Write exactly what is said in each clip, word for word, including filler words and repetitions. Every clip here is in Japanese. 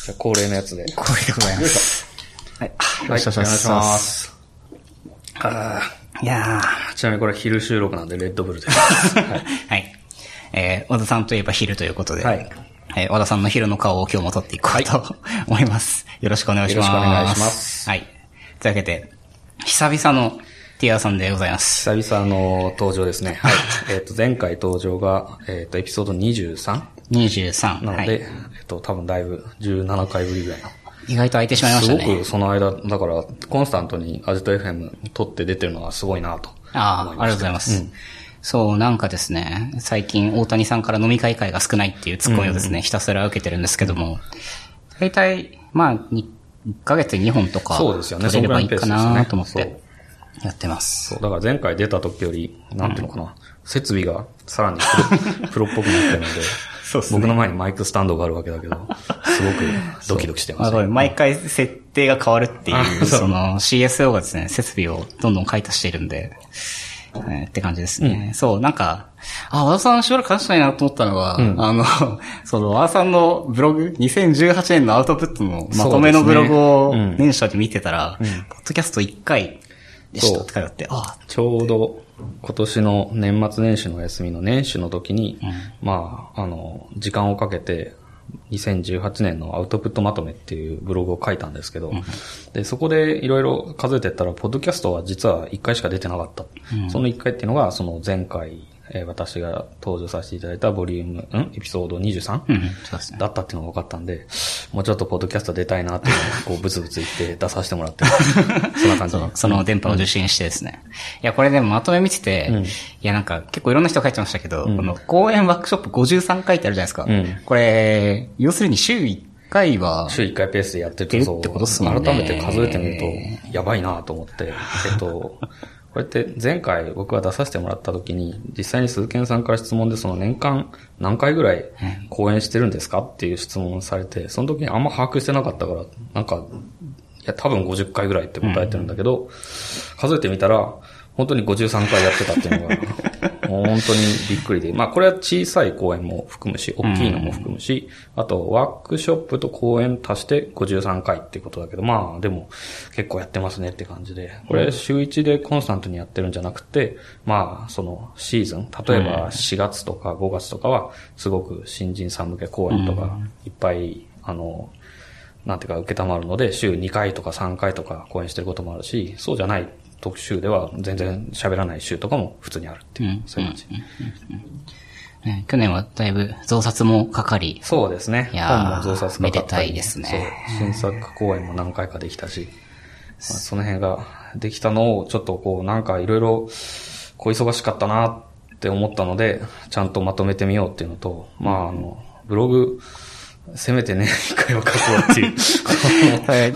じゃあ恒例のやつで。 恒例でございます。はい。よろしくお願いします。 あいやーちなみにこれ昼収録なんでレッドブルです。はい。 はい。えー、和田さんといえば昼ということで。 はい。 えー、和田さんの昼の顔を今日も撮っていこうと、はい、思います。よろしくお願いします。 よろしくお願いします。 はい。というわけで、久々のティアさんでございます。 久々の登場ですね。はい。えっと、前回登場が、えっと、エピソード にじゅうさん? にじゅうさん。 なので、はい、えっと、多分だいぶじゅうななかいぶりぐらいの。 意外と空いてしまいましたね。 すごくその間、だから、コンスタントにアジト エフエム 撮って出てるのはすごいなと。 ああ、ありがとうございます。うん、そう、なんかですね、最近大谷さんから飲み会会が少ないっていうツッコミをですね、うんうん、ひたすら受けてるんですけども、大体、まあ、いっかげつにほんとか、 そうですよね、 取れればいいかなと思って、やってます。 そう、だから前回出た時より、なんていうのかな、うん、設備がさらにプロっぽくなってるので、そうですね、僕の前にマイクスタンドがあるわけだけど、すごくドキドキしてます、ね。 毎回設定が変わるっていう、その シーエスオー がですね、設備をどんどん買い足しているんで、えー、って感じですね。うん、そう、なんか、あ、和田さんしばらく話したいなと思ったのは、うん、あの、その和田さんのブログ、にせんじゅうはちねんのアウトプットのまとめのブログを年初で見てたら、ね、うん、ポッドキャストいっかいでしたって書いてあって、あ、 ちょうど今年の年末年始の休みの年始の時に、うん、まあ、あの、時間をかけて、にせんじゅうはちねんのアウトプットまとめっていうブログを書いたんですけど、うん、で、そこでいろいろ数えてったら、ポッドキャストは実はいっかいしか出てなかった。うん、そのいっかいっていうのが、その前回、えー、私が登場させていただいたボリューム、んエピソード にじゅうさん、うん、そうですね、だったっていうのが分かったんで、もうちょっとポッドキャスト出たいなっていうのを、こう、ブツブツ言って出させてもらって、そんな感じで。 その電波を受信してですね。うん、いや、これでもまとめ見てて、うん、いや、なんか結構いろんな人書いてましたけど、うん、この講演ワークショップごじゅうさんかいってあるじゃないですか。うん、これ、要するに週いっかいは、 週いっかいペースでやってると、 ってことですもんね。 改めて数えてみると、やばいなと思って、えっと、これって前回僕が出させてもらった時に、実際に鈴賢さんから質問でその年間何回ぐらい講演してるんですかっていう質問をされて、その時にあんま把握してなかったから、なんか、いや多分ごじゅっかいぐらいって答えてるんだけど、数えてみたら、本当にごじゅうさんかいやってたっていうのが、もう本当にびっくりで。まあこれは小さい講演も含むし、大きいのも含むし、あとワークショップと講演足してごじゅうさんかいっていうことだけど、まあでも結構やってますねって感じで。これ週いちでコンスタントにやってるんじゃなくて、まあそのシーズン、例えばしがつとかごがつとかはすごく新人さん向け講演とかいっぱい、あの、なんていうか受けたまるので、週にかいとかさんかいとか講演してることもあるし、そうじゃない特集では全然喋らない週とかも普通にあるっていう、うん、そういう感じ、うんうんうん。去年はだいぶ増刷もかかり。 そうですね。本も増刷かかったり。 めでたいですね。 そう。新作公演も何回かできたし、まあ、その辺ができたのをちょっとこうなんかいろいろ小忙しかったなって思ったので、ちゃんとまとめてみようっていうのと、まああの、ブログ、せめてね、一回は書こうっていう。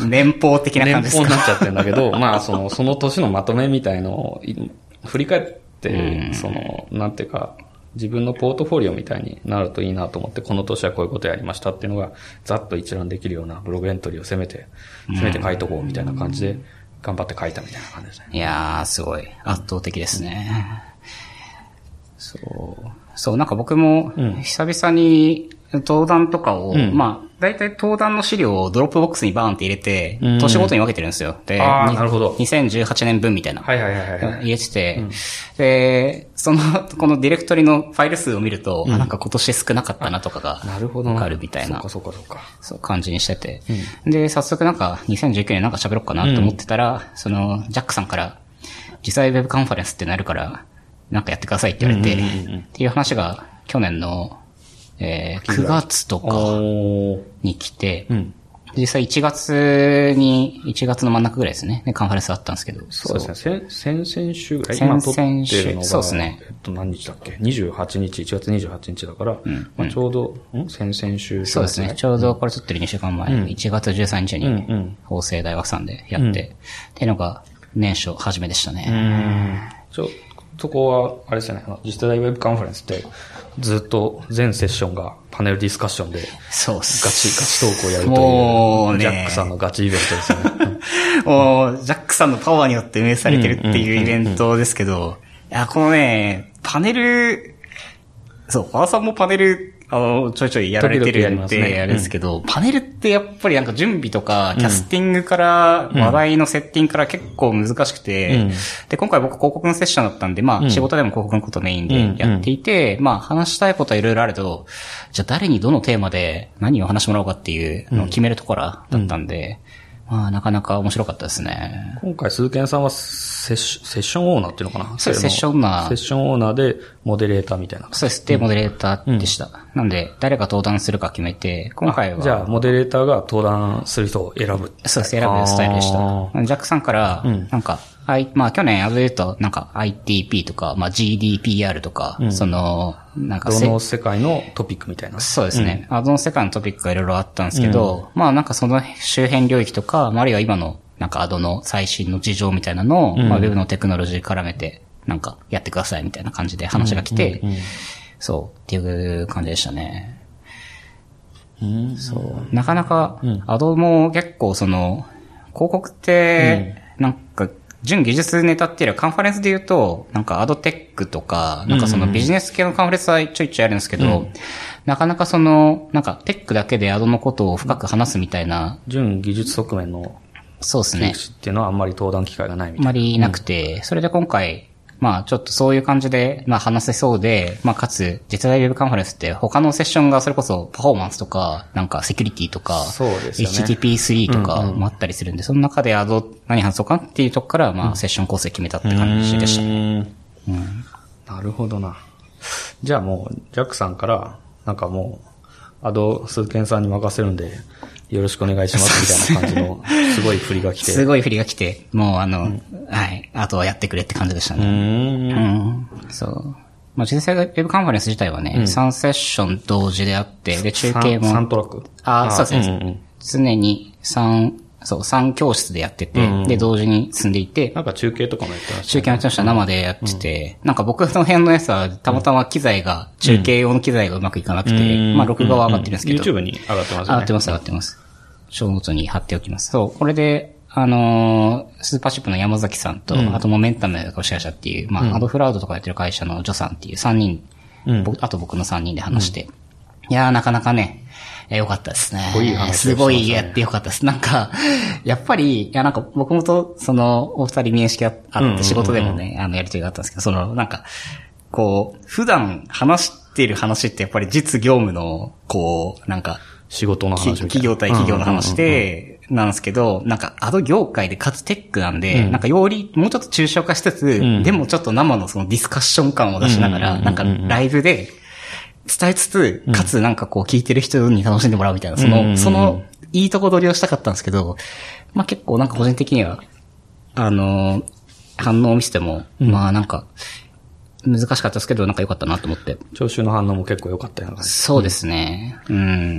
年俸的な感じですか。 年俸になっちゃってるんだけど、まあ、その、その年のまとめみたいのを振り返って、その、なんていうか、自分のポートフォリオみたいになるといいなと思って、この年はこういうことやりましたっていうのが、ざっと一覧できるようなブログエントリーをせめて、せめて書いとこうみたいな感じで、頑張って書いたみたいな感じですね。 いやー、すごい。圧倒的ですね。そう。そう、なんか僕も、久々に、登壇とかを、うん、まあ、だいたい登壇の資料をドロップボックスにバーンって入れて、うん、年ごとに分けてるんですよ。で、 ああ、なるほど。 にせんじゅうはちねんぶんみたいな。 はいはいはいはい。 入れてて、うん、で、その、このディレクトリのファイル数を見ると、うん、あ、なんか今年少なかったなとかが、 なるほど。 わかるみたいな。 そうかそうかそうか。 そう感じにしてて。うん、で、早速なんかにせんじゅうきゅうねんなんか喋ろうかなと思ってたら、うん、その、ジャックさんから、実際ウェブカンファレンスってなるから、なんかやってくださいって言われて、うんうんうんうん、っていう話が去年の、えー、くがつとかに来て、うん、実際いちがつに、いちがつの真ん中ぐらいですね。カンファレンスあったんですけど。 そうですね。先、先々週ぐらい。 今撮ってるのが、そうですね。 えっと、何日だっけ ?にじゅうはちにち、いちがつにじゅうはちにちだから、うんまあ、ちょうど、ん先々週。 そうですね。ちょうどこれ撮ってるにしゅうかんまえ、うん、いちがつじゅうさんにちに、法政大学さんでやって、うん、っていうのが年初初めでしたね。 うんちょそこは、あれですよね。次世代ウェブカンファレンスって、ずっと全セッションがパネルディスカッションで、 そうっす。 ガチ、ガチトークをやるという、もうね、ジャックさんのガチイベントですよね。 もう、ジャックさんのパワーによって運営されてるっていうイベントですけど、いや、このね、パネル、そう、ファーさんもパネルあの、ちょいちょいやられてるんで、あれですけど、パネルってやっぱりなんか準備とか、キャスティングから、話題のセッティングから結構難しくて、で、今回僕広告のセッションだったんで、まあ、仕事でも広告のことメインでやっていて、まあ、話したいことはいろいろあると、じゃあ誰にどのテーマで何を話してもらおうかっていうのを決めるところだったんで、まあ、なかなか面白かったですね。 今回、鈴賢さんはセッシセッションオーナーっていうのかな？ そうです、セッションオーナー。 セッションオーナーで、モデレーターみたいな。 そうです。で、モデレーターでした。うん、なんで、誰が登壇するか決めて、今回は。 じゃあ、モデレーターが登壇する人を選ぶ。 そうです、選ぶスタイルでした。ジャックさんから、なんか、うん、まあ、去年、あれで言うと、なんか、アイティーピー とか、まあ、ジーディーピーアール とか、うん、その、なんか、 どの世界のトピックみたいな。 そうですね。うん、あどの世界のトピックがいろいろあったんですけど、うん、まあ、なんかその周辺領域とか、あるいは今の、なんかアドの最新の事情みたいなのを、うん、まあ、ウェブのテクノロジー絡めて、なんか、やってくださいみたいな感じで話が来て、うんうんうん、そう、っていう感じでしたね。うん、そう。なかなか、アドも結構その、広告って、なんか、純技術ネタっていうよりはカンファレンスで言うと、なんかアドテックとか、なんかそのビジネス系のカンファレンスはちょいちょいあるんですけど、うん、なかなかその、なんかテックだけでアドのことを深く話すみたいな。 純技術側面の、 そうですね。 っていうのはあんまり登壇機会がないみたいな。 あんまりなくて、うん、それで今回、まあちょっとそういう感じで、まあ話せそうで、まあかつ、実在ウェブカンファレンスって他のセッションがそれこそパフォーマンスとか、なんかセキュリティとか、 そうですよね、 エイチティーティーピースリー とかもあったりするんで、うんうん、その中でアド何話そうかっていうとこから、まあセッション構成決めたって感じでしたね。 うんうん、なるほどな。じゃあもう、ジャックさんから、なんかもう、アド鈴賢さんに任せるんで、よろしくお願いしますみたいな感じの、すごい振りが来て。 すごい振りが来て、もうあの、うん、はい、あとはやってくれって感じでしたね。うん、そう。まあ、実際ウェブカンファレンス自体はね、うん、さんセッション同時であって、で、中継も。 さんトラックああ、そうですね、うんうん。常にさん、そう、さん教室でやってて、うんうん、で、同時に進んでいて。 なんか中継とかもやってました、ね。 中継もやってました。生でやってて、うん、なんか僕の辺のやつは、たまたま機材が、うん、中継用の機材がうまくいかなくて、うん、まあ、録画は上がってるんですけど。 うんうん、YouTube に上がってますよね。 上がってます、上がってます。ショーノートに貼っておきます。そう、これで、あのー、スーパーシップの山崎さんと、うん、あとモメンタム株式会社っていう、まあ、うん、アドフラウドとかやってる会社のジョさんっていうさんにん、うん、あと僕のさんにんで話して、うん、いやーなかなかね、えー、よかったですね。 すごい話、ね、 すごいやってよかったです。なんか、やっぱり、いやなんか僕もと、その、お二人面識あって仕事でもね、うんうんうん、あの、やりとりがあったんですけど、その、なんか、こう、普段話している話ってやっぱり実業務の、こう、なんか、 仕事の話みたいな。 企業対企業の話で、なんですけど、なんか、アド業界でかつテックなんで、うん、なんかより、もうちょっと抽象化しつつ、うん、でもちょっと生のそのディスカッション感を出しながら、なんかライブで伝えつつ、かつなんかこう聞いてる人に楽しんでもらうみたいな、その、その、いいとこ取りをしたかったんですけど、まあ結構なんか個人的には、あの、反応を見せても、うん、まあなんか、難しかったですけど、なんか良かったなと思って。 聴衆の反応も結構良かったような感じ。 そうですね。うん。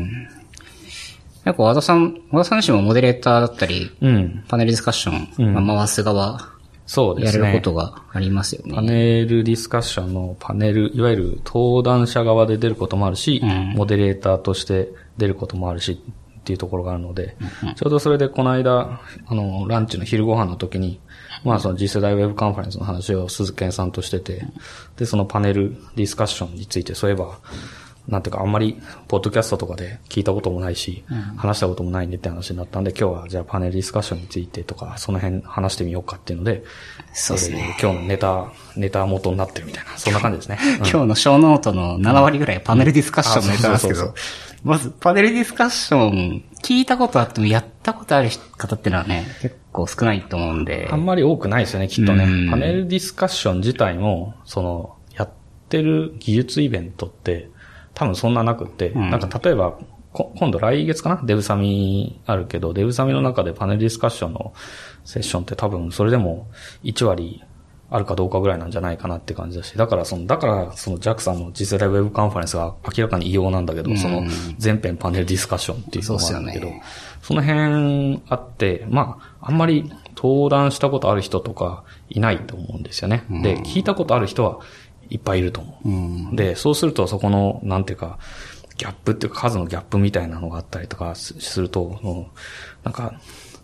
結構和田さん、和田さん自身もモデレーターだったり、うん、パネルディスカッション、うんまあ、回す側、 そうですね。 やることがありますよね。 パネルディスカッションのパネル、いわゆる登壇者側で出ることもあるし、うん、モデレーターとして出ることもあるし、っていうところがあるので、うん、ちょうどそれでこの間、あの、ランチの昼ご飯の時に、まあその次世代ウェブカンファレンスの話を鈴賢さんとしてて、で、そのパネルディスカッションについて、そういえば、なんていうかあんまり、ポッドキャストとかで聞いたこともないし、うん、話したこともないんでって話になったんで、今日はじゃあパネルディスカッションについてとか、その辺話してみようかっていうので、 そうですね。 今日のネタ、ネタ元になってるみたいな、そんな感じですね。 うん、今日のショーノートのなな割ぐらいパネルディスカッションのネタなんですけど、まずパネルディスカッション、聞いたことあってもやったことある方っていうのはね、結構少ないと思うんで。 あんまり多くないですよね、きっとね。パネルディスカッション自体も、その、やってる技術イベントって、多分そんななくって、うん、なんか例えば、今度来月かなデブサミあるけど、デブサミの中でパネルディスカッションのセッションって多分それでもいち割あるかどうかぐらいなんじゃないかなって感じだし、だからその、だからその ジャック さんの次世代ウェブカンファレンスが明らかに異様なんだけど、うん、その全編パネルディスカッションっていうのがあるんだけど、 そ, ね、その辺あって、まあ、あんまり登壇したことある人とかいないと思うんですよね。うん、で、聞いたことある人はいっぱいいると思う。うん、で、そうするとそこの、なんていうか、ギャップっていうか数のギャップみたいなのがあったりとかすると、なんか、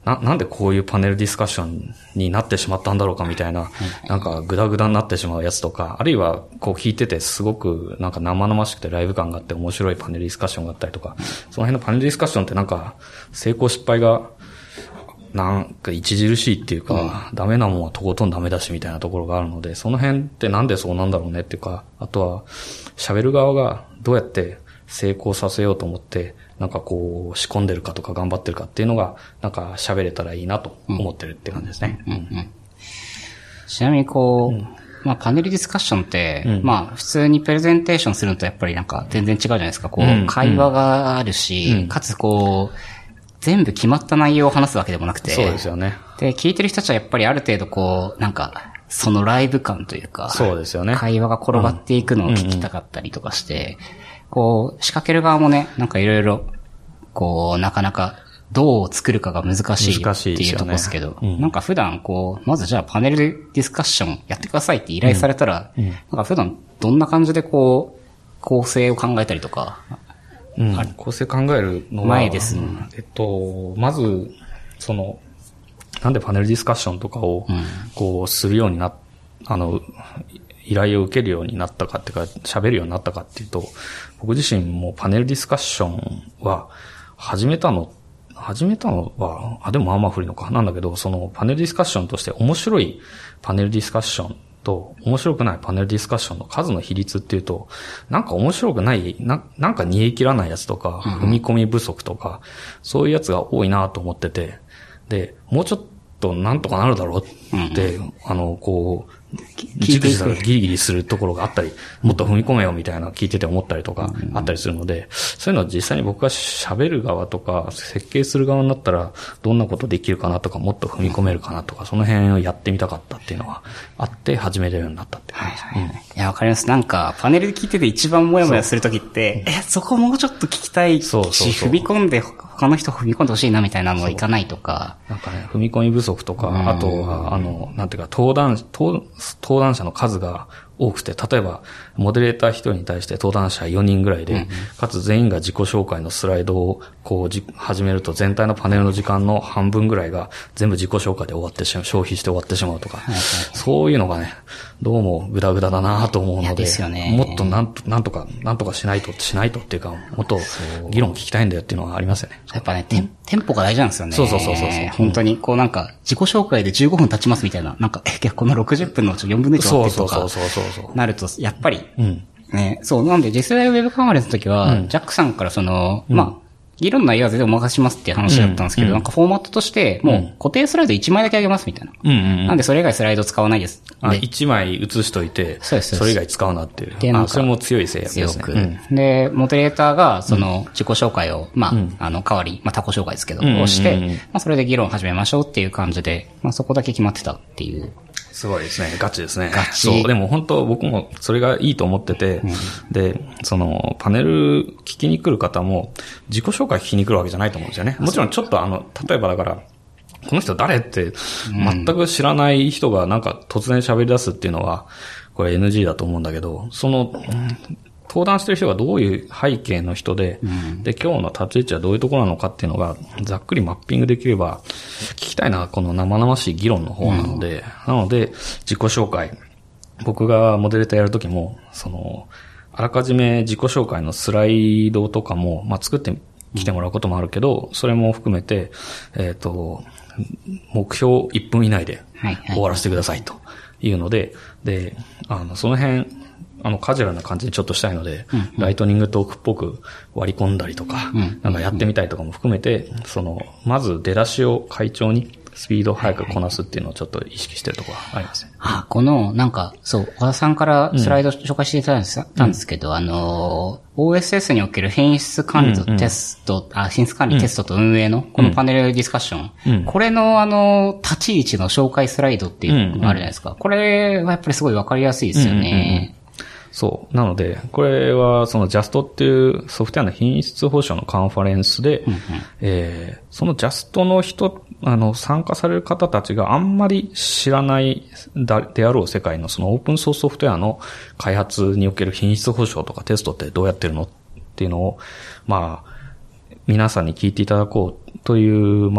な、なんでこういうパネルディスカッションになってしまったんだろうかみたいな、なんかグダグダになってしまうやつとか、あるいはこう聞いててすごくなんか生々しくてライブ感があって面白いパネルディスカッションがあったりとか、その辺のパネルディスカッションってなんか成功失敗がなんか著しいっていうか、うん、ダメなもんはとことんダメだしみたいなところがあるので、その辺ってなんでそうなんだろうねっていうか、あとは喋る側がどうやって成功させようと思って、なんかこう仕込んでるかとか頑張ってるかっていうのが、なんか喋れたらいいなと思ってるって感じですね。うんうんうん、 ちなみにこう、うん、まあパネルディスカッションって、うん、まあ普通にプレゼンテーションするのとやっぱりなんか全然違うじゃないですか。こう、うん、会話があるし、うん、かつこう、全部決まった内容を話すわけでもなくて。 そうですよね。 で、聞いてる人たちはやっぱりある程度こう、なんか、そのライブ感というか、 そうですよね。 会話が転がっていくのを聞きたかったりとかして、うんうん、こう、仕掛ける側もね、なんかいろいろ、こう、なかなか、どう作るかが難しいっていうところですけど、ねうん、なんか普段こう、まずじゃあパネルでディスカッションやってくださいって依頼されたら、うんうん、なんか普段どんな感じでこう、構成を考えたりとか、 うん、構成考えるのは、 前ですね。 えっと、まず、その、なんでパネルディスカッションとかを、こう、するようになっ、あの、依頼を受けるようになったかっていうか、喋るようになったかっていうと、僕自身もパネルディスカッションは、始めたの、始めたのは、あ、でもまあまあ古いのか。なんだけど、そのパネルディスカッションとして面白いパネルディスカッションと面白くないパネルディスカッションの数の比率っていうと、なんか面白くない、な、なんか煮え切らないやつとか、踏み込み不足とか、そういうやつが多いなと思ってて、で、もうちょっとなんとかなるだろうって、あの、こう、じくじくギリギリするところがあったり、もっと踏み込めよみたいな聞いてて思ったりとかあったりするので、そういうのは実際に僕が喋る側とか設計する側になったらどんなことできるかなとかもっと踏み込めるかなとかその辺をやってみたかったっていうのはあって始めれるようになったって感じです。はいはいはい、 いや、わかります。なんかパネルで聞いてて一番モヤモヤするときって、え、そこもうちょっと聞きたいし、そうそうそう踏み込んで他の人踏み込んでほしいなみたいなのはいかないとか。 なんかね、踏み込み不足とか、あとは、あの、なんていうか、登壇、登、登壇者の数が多くて、例えば、モデレーター一人に対して登壇者よにんぐらいで、うんうん、かつ全員が自己紹介のスライドをこうじ始めると全体のパネルの時間の半分ぐらいが全部自己紹介で終わってしまう、消費して終わってしまうとか、はいはいはい、そういうのがね、どうもグダグダだなと思うので、 ですよね、 もっとなんと、なんとか、なんとかしないと、しないとっていうか、もっと議論聞きたいんだよっていうのはありますよね。 やっぱね、テン、テンポが大事なんですよね。 そうそうそうそうそう。 本当に、こうなんか、自己紹介でじゅうごふん経ちますみたいな、なんか、え、このろくじゅっぷんのうちよんぶんのいち終わってるとか、なると、やっぱり、うん、ね、そう、なんで、実際ウェブカンファレンスの時は、うん、ジャックさんからその、うん、まあ、議論の内容は全然お任せしますっていう話だったんですけど、うん、なんかフォーマットとして、もう固定スライドいちまいだけあげますみたいな。うんうんうん、なんでそれ以外スライド使わないです。 あ、いちまい写しといて、そうです。それ以外使うなっていう。 で、 あ、それも強い制約ですね。 強く、うん。で、モデレーターが、その、自己紹介を、まあ、うん、あの、代わり、まあ、他己紹介ですけど、をして、まあ、それで議論を始めましょうっていう感じで、まあ、そこだけ決まってたっていう。 すごいですね。ガチですね。 ガチ。 そう。でも本当僕もそれがいいと思ってて、うん、で、その、パネル聞きに来る方も、自己紹介聞きに来るわけじゃないと思うんですよね。もちろんちょっとあの、例えばだから、この人誰って全く知らない人がなんか突然喋り出すっていうのは、これ エヌジー だと思うんだけど、その、登壇してる人がどういう背景の人で、うん、で、今日の立ち位置はどういうところなのかっていうのが、ざっくりマッピングできれば、聞きたいのはこの生々しい議論の方なので、うん、なので、自己紹介。僕がモデレーターやるときも、その、あらかじめ自己紹介のスライドとかも、まあ、作ってきてもらうこともあるけど、それも含めて、えっと、目標いっぷん以内で終わらせてくださいというので、で、あの、その辺、あの、カジュアルな感じにちょっとしたいので、うんうん、ライトニングトークっぽく割り込んだりとか、うんうんうん、なんかやってみたいとかも含めて、その、まず出だしを快調に、スピードを早くこなすっていうのをちょっと意識してるところがありますね。 あ、この、なんか、そう、岡田さんからスライド紹介していただいたんですけど、うん、あの、オーエスエス における変質管理とテスト、うんうん、あ、品質管理テストと運営の、このパネルディスカッション、うん、これのあの、立ち位置の紹介スライドっていうのがあるじゃないですか。うんうん、これはやっぱりすごいわかりやすいですよね。うんうんうん、 そう。なので、これはその ジャスト っていうソフトウェアの品質保証のカンファレンスで、うんうん、えー、その ジャスト の人、あの、参加される方たちがあんまり知らないであろう世界のそのオープンソースソフトウェアの開発における品質保証とかテストってどうやってるのっていうのを、まあ、皆さんに聞いていただこうという、まあ、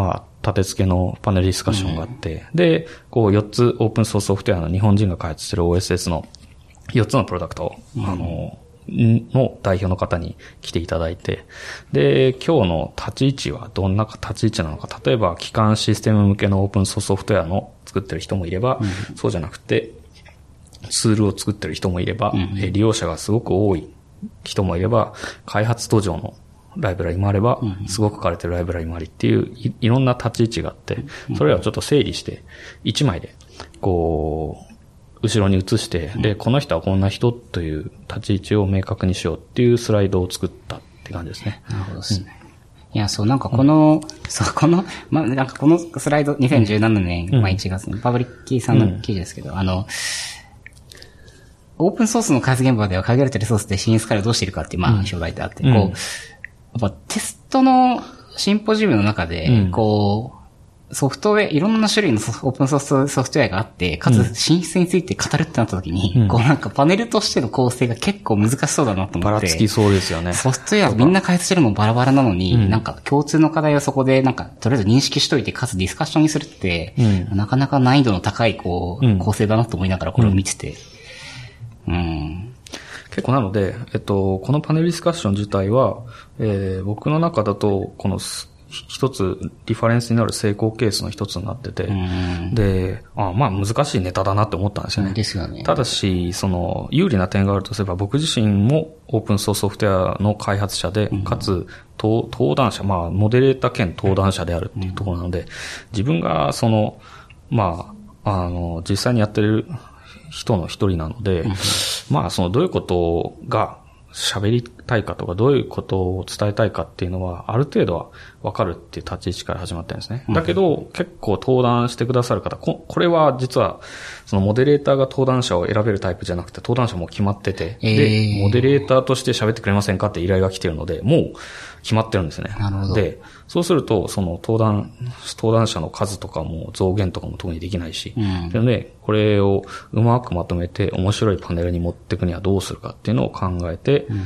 立て付けのパネルディスカッションがあって、うん、で、こうよっつオープンソースソフトウェアの日本人が開発してる オーエスエス のよっつのプロダクトを、うん、あの、の代表の方に来ていただいて、で、今日の立ち位置はどんな立ち位置なのか、例えば基幹システム向けのオープンソースソフトウェアの作ってる人もいれば、うん、そうじゃなくて、ツールを作ってる人もいれば、うん、利用者がすごく多い人もいれば、開発途上のライブラリもあれば、すごく書かれてるライブラリもありっていうい、いろんな立ち位置があって、それらをちょっと整理して、一枚で、こう、後ろに移して、で、この人はこんな人という立ち位置を明確にしようっていうスライドを作ったって感じですね。 なるほどですね。うん、いや、そう、なんかこの、うん、そう、この、ま、なんかこのスライド、にせんじゅうななねん、うん、まあいちがつのパブリッキーさんの記事ですけど、うん、あの、オープンソースの開発現場では限られたリソースでシンスカラをどうしているかっていう、まあ、表題であって、うん、こう、やっぱテストのシンポジウムの中で、うん、こう、ソフトウェア、いろんな種類のオープンソースソフトウェアがあって、かつ進出について語るってなった時に、うん、こうなんかパネルとしての構成が結構難しそうだなと思って。 ばらつきそうですよね。 ソフトウェアみんな開発してるのもバラバラなのに、うん、なんか共通の課題をそこでなんかとりあえず認識しといて、かつディスカッションにするって、うん、なかなか難易度の高いこう、うん、構成だなと思いながらこれを見てて。うん。うん、 結構なので、えっと、このパネルディスカッション自体は、えー、僕の中だと、この、一つ、リファレンスになる成功ケースの一つになってて、で、あまあ難しいネタだなって思ったんですよね。 ですよね。 ただし、その、有利な点があるとすれば、僕自身もオープンソースソフトウェアの開発者で、かつ、登壇者、まあ、モデレーター兼登壇者であるっていうところなので、自分が、その、まあ、あの、実際にやってる人の一人なので、まあ、その、どういうことが、喋りたいかとか、どういうことを伝えたいかっていうのは、ある程度は分かるっていう立ち位置から始まったんですね。だけど、結構登壇してくださる方、こ、これは実は、そのモデレーターが登壇者を選べるタイプじゃなくて、登壇者も決まってて、えー、で、モデレーターとして喋ってくれませんかって依頼が来てるので、もう決まってるんですね。 なるほど。 で、そうすると、その登壇、登壇者の数とかも増減とかも特にできないし、うん、なので、これをうまくまとめて面白いパネルに持っていくにはどうするかっていうのを考えて、うん、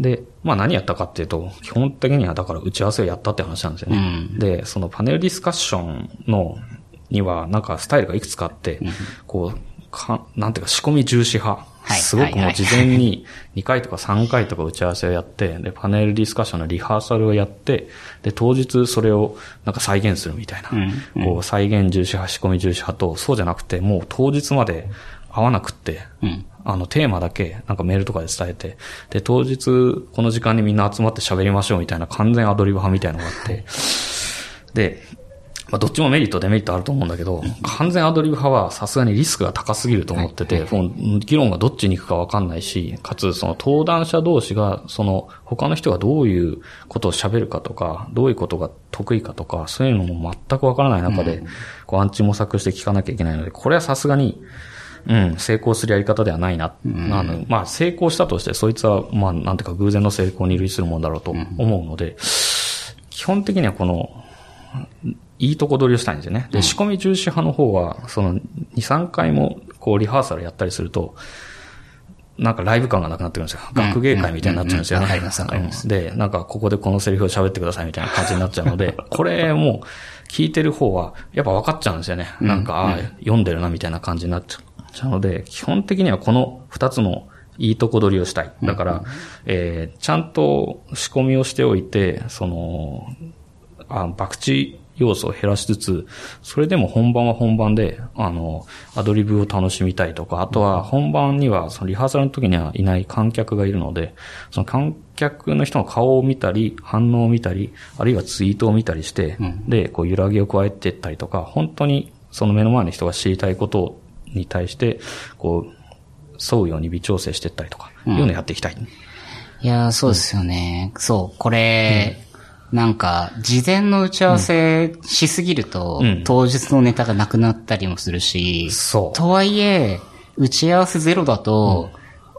で、まあ何やったかっていうと、基本的にはだから打ち合わせをやったって話なんですよね。うん、で、そのパネルディスカッションの、にはなんかスタイルがいくつかあって、うん、こう、か、なんていうか仕込み重視派。はい、すごくもう事前ににかいとかさんかいとか打ち合わせをやって、で、パネルディスカッションのリハーサルをやって、で、当日それをなんか再現するみたいな。うんうん、こう、再現重視派、仕込み重視派と、そうじゃなくて、もう当日まで会わなくって、うん、あの、テーマだけなんかメールとかで伝えて、で、当日この時間にみんな集まって喋りましょうみたいな完全アドリブ派みたいなのがあって、で、まあ、どっちもメリットデメリットあると思うんだけど、完全アドリブ派はさすがにリスクが高すぎると思ってて、もう議論がどっちに行くかわかんないし、かつその登壇者同士が、その他の人がどういうことを喋るかとか、どういうことが得意かとか、そういうのも全くわからない中で、こうアンチ模索して聞かなきゃいけないので、これはさすがに、うん、成功するやり方ではないな。うん、あのまあ、成功したとして、そいつは、まあ、なんていうか偶然の成功に類するものだろうと思うので、基本的にはこの、いいとこ取りをしたいんですよね。で、仕込み重視派の方は、その、に、さんかいも、こう、リハーサルやったりすると、なんかライブ感がなくなってくるんですよ。学芸会みたいになっちゃうんですよね。 わかります、わかります。 で、なんかここでこのセリフを喋ってくださいみたいな感じになっちゃうので、これも、聞いてる方は、やっぱ分かっちゃうんですよね。なんか、ああ、読んでるなみたいな感じになっちゃうので、基本的にはこの二つのいいとこ取りをしたい。だから、えー、ちゃんと仕込みをしておいて、その、あ、博打要素を減らしつつ、それでも本番は本番で、あの、アドリブを楽しみたいとか、あとは本番には、そのリハーサルの時にはいない観客がいるので、その観客の人の顔を見たり、反応を見たり、あるいはツイートを見たりして、うん、で、こう揺らぎを加えていったりとか、本当にその目の前の人が知りたいことに対して、こう、沿うように微調整していったりとか、うん、いうのをやっていきたい。 いやー、そうですよね。うん、そう、これ、うんなんか、事前の打ち合わせしすぎると、うん、当日のネタがなくなったりもするし、 そう。 とはいえ、打ち合わせゼロだと、うん、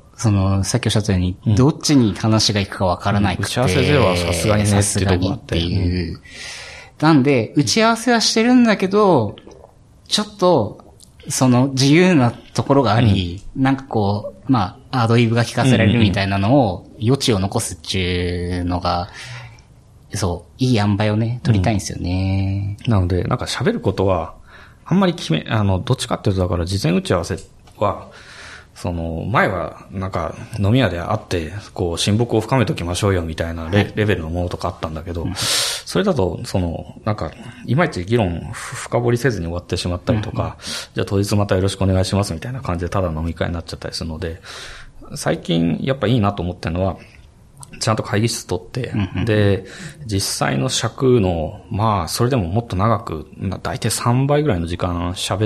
その、さっきおっしゃったように、うん、どっちに話が行くかわからないくて、 打ち合わせゼロはさすがにね、 さすがにっていう。うん、なんで、打ち合わせはしてるんだけど、ちょっと、その自由なところがあり、うん、なんかこう、まあ、アドリブが聞かせられるみたいなのを、余地を残すっていうのが、 そう、いい塩梅をね、取りたいんですよね。 うん、なので、なんか喋ることは、あんまり決め、あの、どっちかっていうと、だから事前打ち合わせは、その、前は、なんか、飲み屋で会って、こう、親睦を深めときましょうよ、みたいなレ、はい、レベルのものとかあったんだけど、うん、それだと、その、なんか、いまいち議論深掘りせずに終わってしまったりとか、うん、じゃあ当日またよろしくお願いします、みたいな感じで、ただ飲み会になっちゃったりするので、最近、やっぱいいなと思ってるのは、ちゃんと会議室取って、うん、で、実際の尺の、まあ、それでももっと長く、だいたいさんばいぐらいの時間喋って、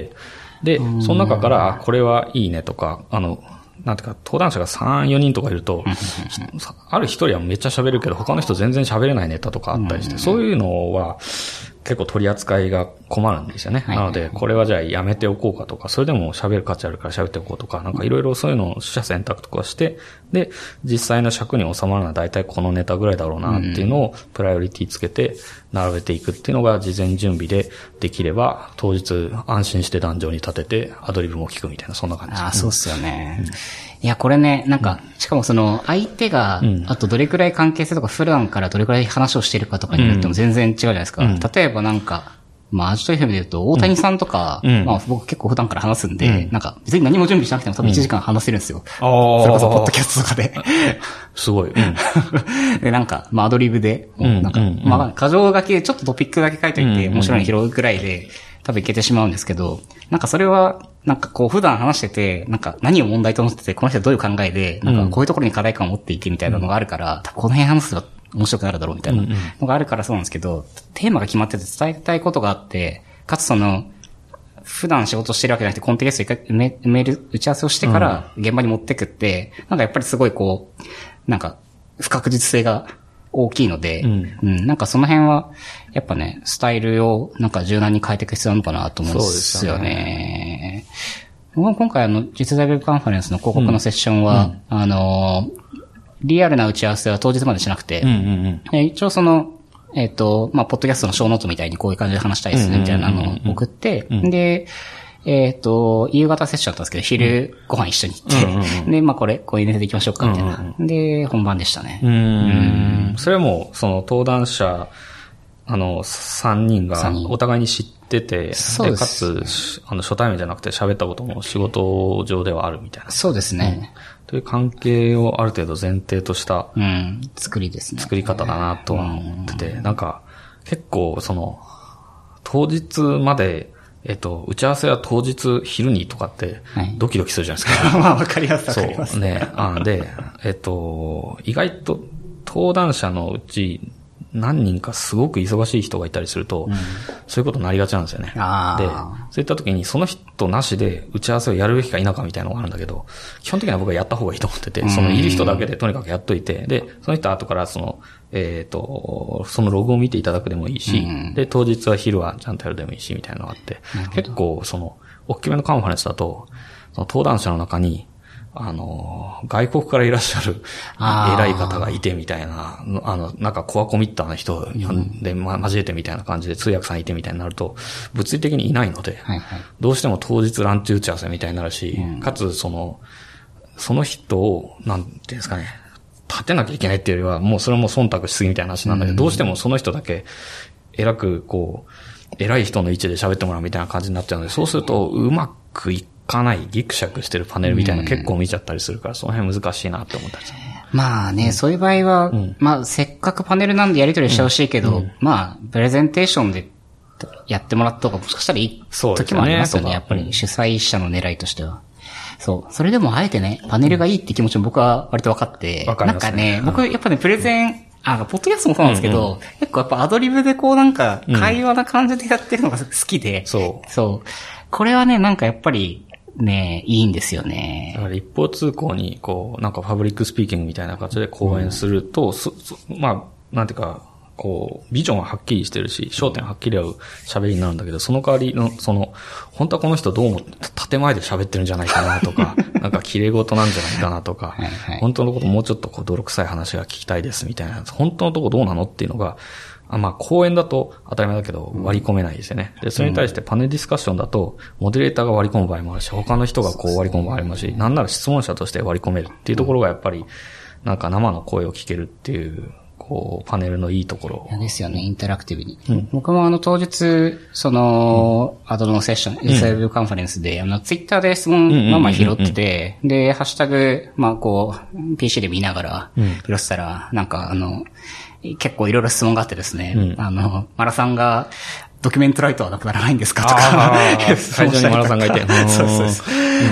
で、その中から、これはいいねとか、あの、なんていうか、登壇者がさん、よにんとかいると、ある一人はめっちゃ喋るけど、他の人全然喋れないネタとかあったりして、そういうのは結構取り扱いが困るんですよね。なので、これはじゃあやめておこうかとか、それでも喋る価値あるから喋っておこうとか、なんかいろいろそういうのを取捨選択とかして、で、実際の尺に収まるのは大体このネタぐらいだろうなっていうのをプライオリティつけて並べていくっていうのが事前準備でできれば、当日安心して壇上に立ててアドリブも聞くみたいな、そんな感じ。 ああ、そうっすよね。うん、いや、これね、なんか、しかもその、相手が、あとどれくらい関係性とか、普段からどれくらい話をしてるかとかによっても全然違うじゃないですか。うん、例えばなんか、まあ、アジト エフエム で言うと、大谷さんとか、うん、まあ、僕結構普段から話すんで、うん、なんか、別に何も準備しなくても多分いちじかん話せるんですよ。うん、それこそ、ポッドキャストとかで。 すごい。うん、 で、なんか、まあ、アドリブで、もうなんか、うん、まあ、箇条書きでちょっとトピックだけ書いといて、面白いの拾うくらいで、多分いけてしまうんですけど、なんかそれは、なんかこう普段話してて、なんか何を問題と思ってて、この人はどういう考えで、なんかこういうところに課題感を持っていてみたいなのがあるから、多分この辺話すと面白くなるだろうみたいなのがあるからそうなんですけど、テーマが決まってて伝えたいことがあって、かつその、普段仕事してるわけじゃなくてコンテキスト一回埋める、打ち合わせをしてから現場に持ってくって、なんかやっぱりすごいこう、なんか不確実性が大きいので、うん、うん、なんかその辺は、やっぱね、スタイルをなんか柔軟に変えていく必要なのかなと思うんですよね。僕は今回あの、実在ウェブカンファレンスの広告のセッションは、うん、あの、リアルな打ち合わせは当日までしなくて、うんうんうん、一応その、えっ、ー、と、まあ、ポッドキャストのショーノートみたいにこういう感じで話したいですね、みたいなのを送って、うんうんうん、で、えっ、ー、と、夕方セッションだったんですけど、昼ご飯一緒に行って、うんうんうん、で、まあ、これ、こういうネタで行きましょうか、みたいな。うんうん、で、本番でしたね。 うーん。うんそれはもう、その、登壇者、あの、三人がお互いに知ってて、で、かつ、あの、初対面じゃなくて喋ったことも仕事上ではあるみたいな。 そうですね。 うん、という関係をある程度前提とした、 うん、作りですね。 作り方だなとは思ってて、うん、なんか、結構、その、当日まで、えっと、打ち合わせは当日昼にとかって、ドキドキするじゃないですか。 はい、まあ、わかります、わかります。 そうね。あで、えっと、意外と、登壇者のうち、何人かすごく忙しい人がいたりすると、うん、そういうことになりがちなんですよね。 あで、そういった時にその人なしで打ち合わせをやるべきか否かみたいなのがあるんだけど、基本的には僕はやった方がいいと思ってて、そのいる人だけでとにかくやっといて、で、その人は後からその、えっと、そのログを見ていただくでもいいし、うん、で、当日は昼はちゃんとやるでもいいし、みたいなのがあって、結構その、大きめのカンファレンスだと、その登壇者の中に、あの、外国からいらっしゃる偉い方がいてみたいな、あの、なんかコアコミッターな人で、ま、交えてみたいな感じで通訳さんいてみたいになると、物理的にいないので、はいはい、どうしても当日ランチ打ち合わせみたいになるし、うん、かつその、その人を、なんていうんですかね、立てなきゃいけないっていうよりは、もうそれも忖度しすぎみたいな話なんだけど、うん、どうしてもその人だけ、偉くこう、偉い人の位置で喋ってもらうみたいな感じになっちゃうので、そうするとうまくいかない、ギクシャクしてるパネルみたいな結構見ちゃったりするから、その辺難しいなって思ったりする。 まあね、うん、そういう場合は、うん、まあせっかくパネルなんでやり取りしてほしいけど、うん、まあ、プレゼンテーションでやってもらった方がもしかしたらいい時もありますよね、やっぱり主催者の狙いとしては。そう。それでもあえてね、パネルがいいって気持ちも僕は割と分かって、 分かりますね、 なんかね、僕やっぱね、プレゼン、あ、ポッドキャストもそうなんですけど、うんうん、結構やっぱアドリブでこうなんか、会話な感じでやってるのが好きで、 うん、そう。 そう。これはね、なんかやっぱり、ね、いいんですよね。 だから一方通行に、こう、なんかファブリックスピーキングみたいな形で講演すると、うん、そそまあ、なんていうか、こう、ビジョンははっきりしてるし、焦点はっきり合う喋りになるんだけど、その代わりの、その、本当はこの人どうも、建前で喋ってるんじゃないかなとか、なんか綺麗事なんじゃないかなとか、はいはい、本当のこともうちょっとこう、泥臭い話が聞きたいですみたいな、本当のとこどうなのっていうのが、あまあ、講演だと当たり前だけど割り込めないですよね。で、それに対してパネルディスカッションだと、モデレーターが割り込む場合もあるし、他の人がこう割り込む場合もありますし、なんなら質問者として割り込めるっていうところがやっぱり、なんか生の声を聞けるっていう、 こう、パネルのいいところ。 いやですよね、インタラクティブに。うん、僕もあの当日、その、うん、アドのセッション、エスアイブイ カンファレンスで、あの、ツイッターで質問まあまあ拾ってて、で、ハッシュタグ、まあこう、ピーシー で見ながら、拾ってたら、なんかあの、結構いろいろ質問があってですね、うん、あの、マラさんが、ドキュメントライトはなくならないんですかとか。 会場にマラさんがいて。 そうそうそう。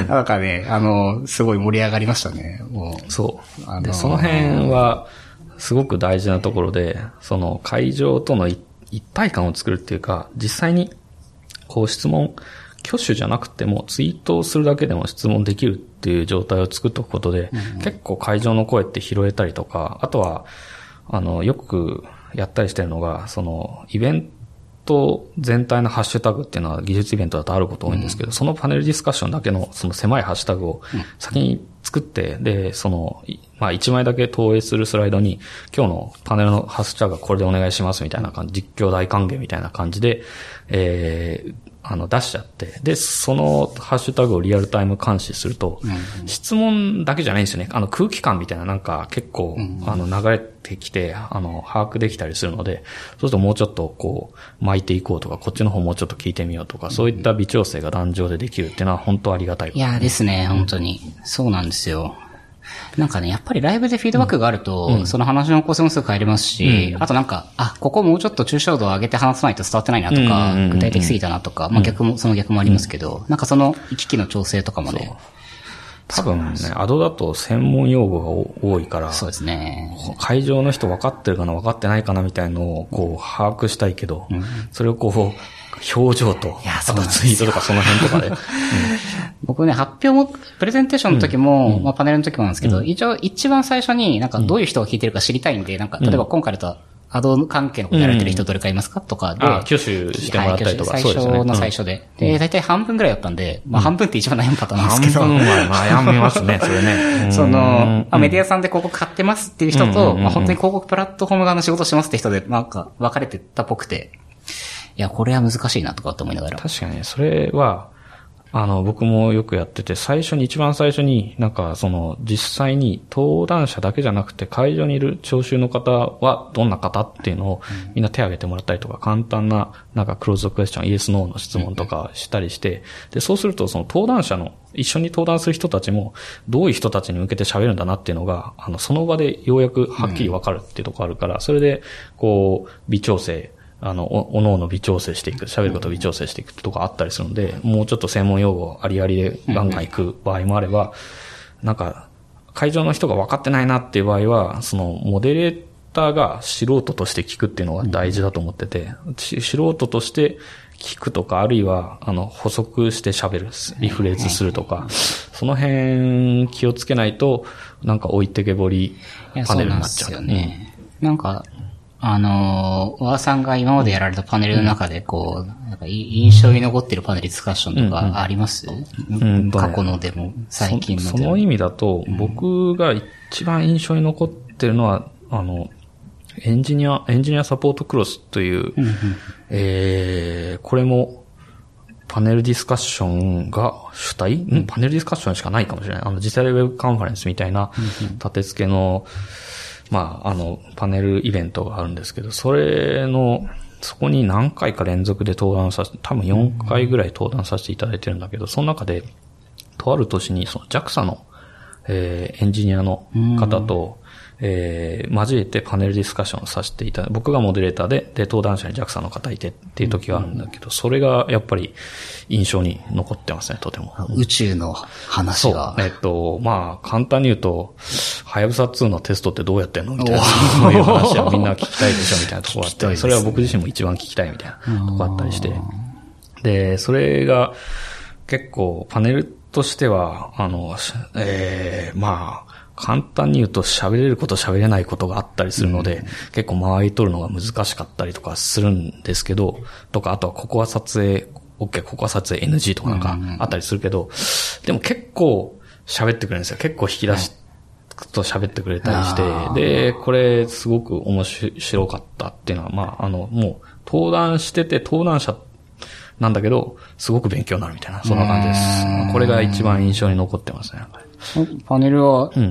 なんかね、あの、すごい盛り上がりましたね。もうそう。あのー、で、その辺は、すごく大事なところで、その会場との一体感を作るっていうか、実際に、こう質問、挙手じゃなくてもツイートをするだけでも質問できるっていう状態を作っておくことで、うんうん、結構会場の声って拾えたりとか、あとは、あの、よくやったりしてるのが、その、イベント、全体のハッシュタグっていうのは技術イベントだとあること多いんですけど、うん、そのパネルディスカッションだけのその狭いハッシュタグを先に作って、うん、で、その、まあ一枚だけ投影するスライドに今日のパネルのハッシュタグはこれでお願いしますみたいな感じ、実況大歓迎みたいな感じで、えー、あの出しちゃって、で、そのハッシュタグをリアルタイム監視すると、うんうん、質問だけじゃないんですよね。あの空気感みたいななんか結構、うんうん、あの流れてきて、あの把握できたりするので、そうするともうちょっとこう巻いていこうとか、こっちの方もうちょっと聞いてみようとか、そういった微調整が壇上でできるっていうのは本当ありがたい、ね。 いやですね、本当に。そうなんですよ。なんかね、やっぱりライブでフィードバックがあると、うん、その話の構成もすぐ変えれますし、うん、あとなんか、あ、ここもうちょっと抽象度を上げて話さないと伝わってないなとか、うん、具体的すぎたなとか、まあ逆も、その逆もありますけど、うん、なんかその行き来の調整とかもね。 多分ね、アドだと専門用語が多いから、 そうですね。 会場の人分かってるかな分かってないかなみたいのをこう把握したいけど、うん、それをこう、表情と、あとツイートとかその辺とかで。うん、 僕ね、発表も、プレゼンテーションの時も、うん、まあパネルの時もなんですけど、うん、一応一番最初になんかどういう人が聞いてるか知りたいんで、なんか、例えば今回だと、アド関係のことやられてる人どれかいますかとかで。 ああ、挙手してもらったりとか、 最初の最初で。で、だいたい半分ぐらいだったんで、まあ半分って一番悩むパターンなんですけど。 半分は悩みますね、それね。 その、メディアさんで広告買ってますっていう人と、まあ本当に広告プラットフォーム側の仕事してますって人で、なんか分かれてたっぽくて。いや、これは難しいなとかって思いながら。 確かにね、それは、あの、僕もよくやってて、最初に、一番最初に、なんか、その、実際に登壇者だけじゃなくて、会場にいる聴衆の方はどんな方っていうのを、みんな手を挙げてもらったりとか、簡単な、なんか、クローズドクエスチョン、イエスノーの質問とかしたりして、で、そうすると、その、登壇者の、一緒に登壇する人たちも、どういう人たちに向けて喋るんだなっていうのが、あの、その場でようやくはっきりわかるっていうところあるから、それで、こう、微調整、あの、お、おのおの微調整していく、喋ることを微調整していくとかあったりするので、もうちょっと専門用語ありありでガンガン行く場合もあれば、なんか、会場の人が分かってないなっていう場合は、その、モデレーターが素人として聞くっていうのが大事だと思ってて、素人として聞くとか、あるいは、あの、補足して喋る、リフレーズするとか、その辺気をつけないと、なんか置いてけぼりパネルになっちゃう。 そうなんですよね。うん、なんか、あのー、和田さんが今までやられたパネルの中で、こう、なんか印象に残ってるパネルディスカッションとかあります？うんうん、過去のでも、最近のでも。 その意味だと、僕が一番印象に残ってるのは、あの、エンジニア、エンジニアサポートクロスという、うんうん、えー、これも、パネルディスカッションが主体、うん、パネルディスカッションしかないかもしれない。あの、実際ウェブカンファレンスみたいな、立て付けの、まあ、あの、パネルイベントがあるんですけど、それの、そこに何回か連続で登壇させて、多分よんかいぐらい登壇させていただいてるんだけど、その中で、とある年にその ジャクサ の、えー、エンジニアの方と、えー、交えてパネルディスカッションをさせていただいて、僕がモデレーターで、で、登壇者に ジャクサ の方いてっていう時があるんだけど、それがやっぱり印象に残ってますね、とても。 宇宙の話が。 そう。えっと、まあ、簡単に言うと、はやぶさツーのテストってどうやってんのみたいな、そういう話はみんな聞きたいでしょみたいなところがあって、それは僕自身も一番聞きたいみたいなところがあったりして。で、それが結構パネルとしては、あの、えー、まあ、簡単に言うと喋れること喋れないことがあったりするので、うん、結構間合い取るのが難しかったりとかするんですけど、とか、あとはここは撮影 OK、ここは撮影 エヌジー とかなんかあったりするけど、うん、でも結構喋ってくれるんですよ。結構引き出しと喋ってくれたりして、はい、で、これすごく面白かったっていうのは、まあ、あの、もう登壇してて登壇者なんだけど、すごく勉強になるみたいな、そんな感じです。これが一番印象に残ってますね。 パネルは、うん、え、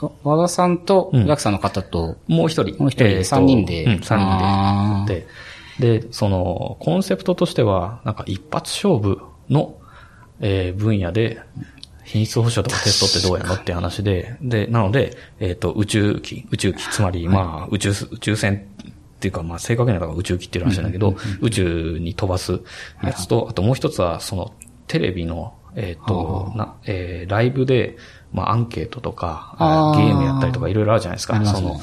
和田さんと、ジャックさんの方と、 うん、もう一人。 もう一人、三人で。 うん、三人で。で、で、その、コンセプトとしては、なんか一発勝負の、えー、分野で、品質保証とかテストってどうやるのって話で、で、なので、えっと、宇宙機、宇宙機、つまり、まあ、宇宙、宇宙船っていうか、まあ、正確には宇宙機っていう話なんだけど、宇宙に飛ばすやつと、あともう一つは、その、テレビの、えっと、な、えー、ライブで、まあ、アンケートとか、ゲームやったりとかいろいろあるじゃないですか。その、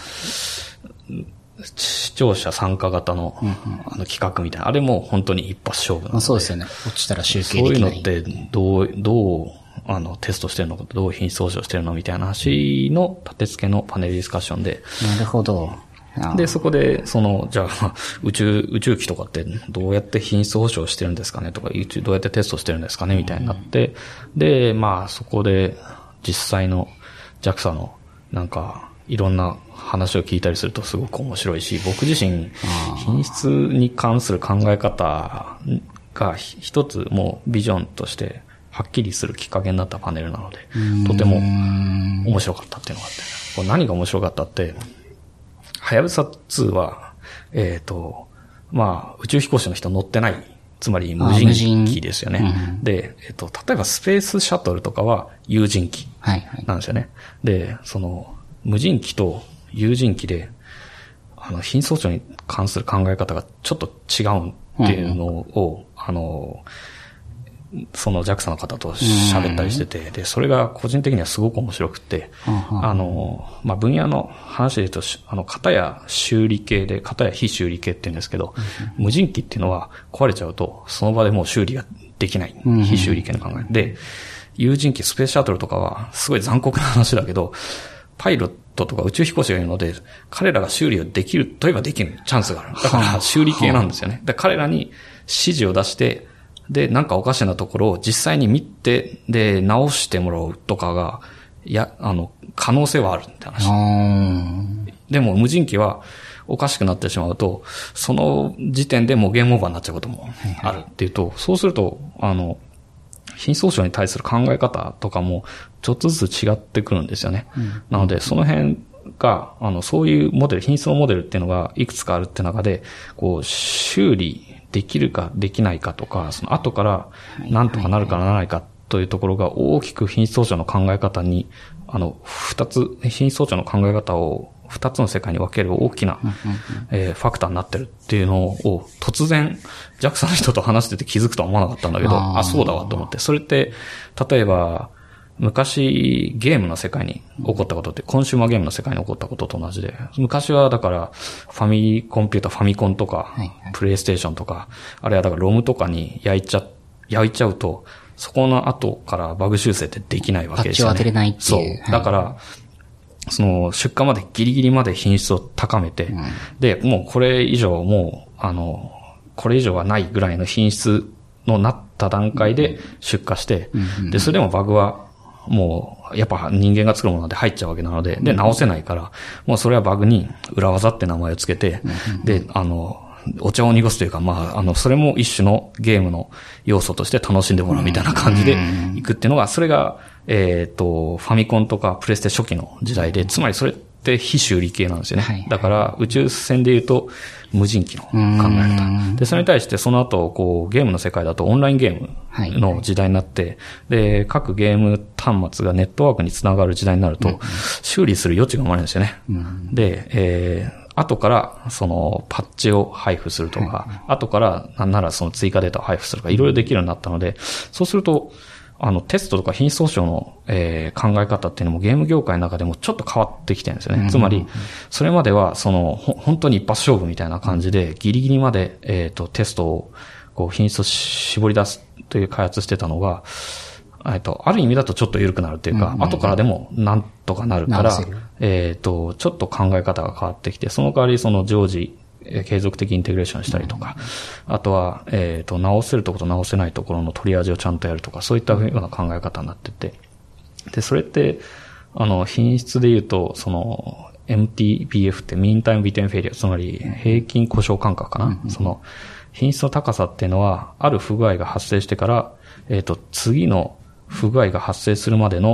視聴者参加型の、うんうん、あの企画みたいな。あれも本当に一発勝負なので。 そうですよね。落ちたら集計できない。 そういうのって、どう、どう、あの、テストしてるのか、どう品質保証してるのみたいな話の立て付けのパネルディスカッションで。 なるほど。 で、そこで、その、じゃあ、宇宙、宇宙機とかってどうやって品質保証してるんですかねとか、どうやってテストしてるんですかねみたいになって、うん、で、まあ、そこで、実際の ジャクサ の、なんか、いろんな話を聞いたりするとすごく面白いし、僕自身、品質に関する考え方が一つもうビジョンとしてはっきりするきっかけになったパネルなので、とても面白かったっていうのがあって、これ何が面白かったって、はやぶさツーは、えっと、まあ、宇宙飛行士の人乗ってない、つまり無人機ですよね。うん、で、えっと、例えばスペースシャトルとかは有人機なんですよね。はいはい、で、その、無人機と有人機で、あの、品質保証に関する考え方がちょっと違うっていうのを、うん、あの、その ジャクサ の方と喋ったりしてて、うん、で、それが個人的にはすごく面白くて、うん、あの、まあ、分野の話で言うと、あの、片や修理系で、片や非修理系って言うんですけど、うん、無人機っていうのは壊れちゃうと、その場でもう修理ができない、うん、非修理系の考えで、有人機、スペースシャトルとかは、すごい残酷な話だけど、パイロットとか宇宙飛行士がいるので、彼らが修理をできるといえばできるチャンスがある。だから修理系なんですよね。で、彼らに指示を出して、で、なんかおかしなところを実際に見て、で、直してもらうとかが、いや、あの、可能性はあるって話。でも無人機はおかしくなってしまうと、その時点でもうゲームオーバーになっちゃうこともあるっていうと、そうすると、あの、品質保証に対する考え方とかもちょっとずつ違ってくるんですよね。うん、なので、その辺が、あの、そういうモデル、品質のモデルっていうのがいくつかあるって中で、こう、修理できるかできないかとか、その後からなんとかなるかならないかというところが大きく品質保証の考え方に、あの、二つ、品質保証の考え方を二つの世界に分ける大きな、えー、ファクターになってるっていうのを突然 ジャクサ の人と話してて気づくとは思わなかったんだけど、あ、そうだわと思って。それって、例えば、昔ゲームの世界に起こったことって、コンシューマーゲームの世界に起こったことと同じで、昔はだからファミコンピューター、ファミコンとか、はいはい、プレイステーションとか、あれはだからロムとかに焼いちゃ、焼いちゃうと、そこの後からバグ修正ってできないわけですよね。 パッチを当てれないっていう。 そう。だから、はい、その出荷までギリギリまで品質を高めて、うん、で、もうこれ以上もう、あの、これ以上はないぐらいの品質のなった段階で出荷して、うん、で、それでもバグはもう、やっぱ人間が作るもので入っちゃうわけなので、で、直せないから、もうそれはバグに裏技って名前をつけて、で、あの、お茶を濁すというか、まあ、あの、それも一種のゲームの要素として楽しんでもらうみたいな感じでいくっていうのが、それが、えっと、ファミコンとかプレステ初期の時代で、つまりそれって非修理系なんですよね。はい、だから、宇宙船で言うと、無人機の考え方。で、それに対してその後、こう、ゲームの世界だとオンラインゲームの時代になって、で、各ゲーム端末がネットワークにつながる時代になると、修理する余地が生まれるんですよね。で、えー、後から、その、パッチを配布するとか、後から、なんならその追加データを配布するとか、いろいろできるようになったので、そうすると、あの、テストとか品質保証の、えー、考え方っていうのもゲーム業界の中でもちょっと変わってきてるんですよね。つまり、それまでは、その、ほ、本当に一発勝負みたいな感じで、ギリギリまで、えっと、テストを、こう、品質を絞り出すという開発してたのが、えっと、ある意味だとちょっと緩くなるっていうか、後からでもなんとかなるから、えっと、ちょっと考え方が変わってきて、その代わりその常時、継続的インテグレーションしたりとか、あとは、えっと、直せるところと直せないところのトリアージをちゃんとやるとか、そういったような考え方になってて。で、それって、あの、品質で言うと、その、エムティービーエフ ってミンタイムビテンフェリア、つまり平均故障間隔かな、うんうん、その、品質の高さっていうのは、ある不具合が発生してから、えっと、次の不具合が発生するまでの、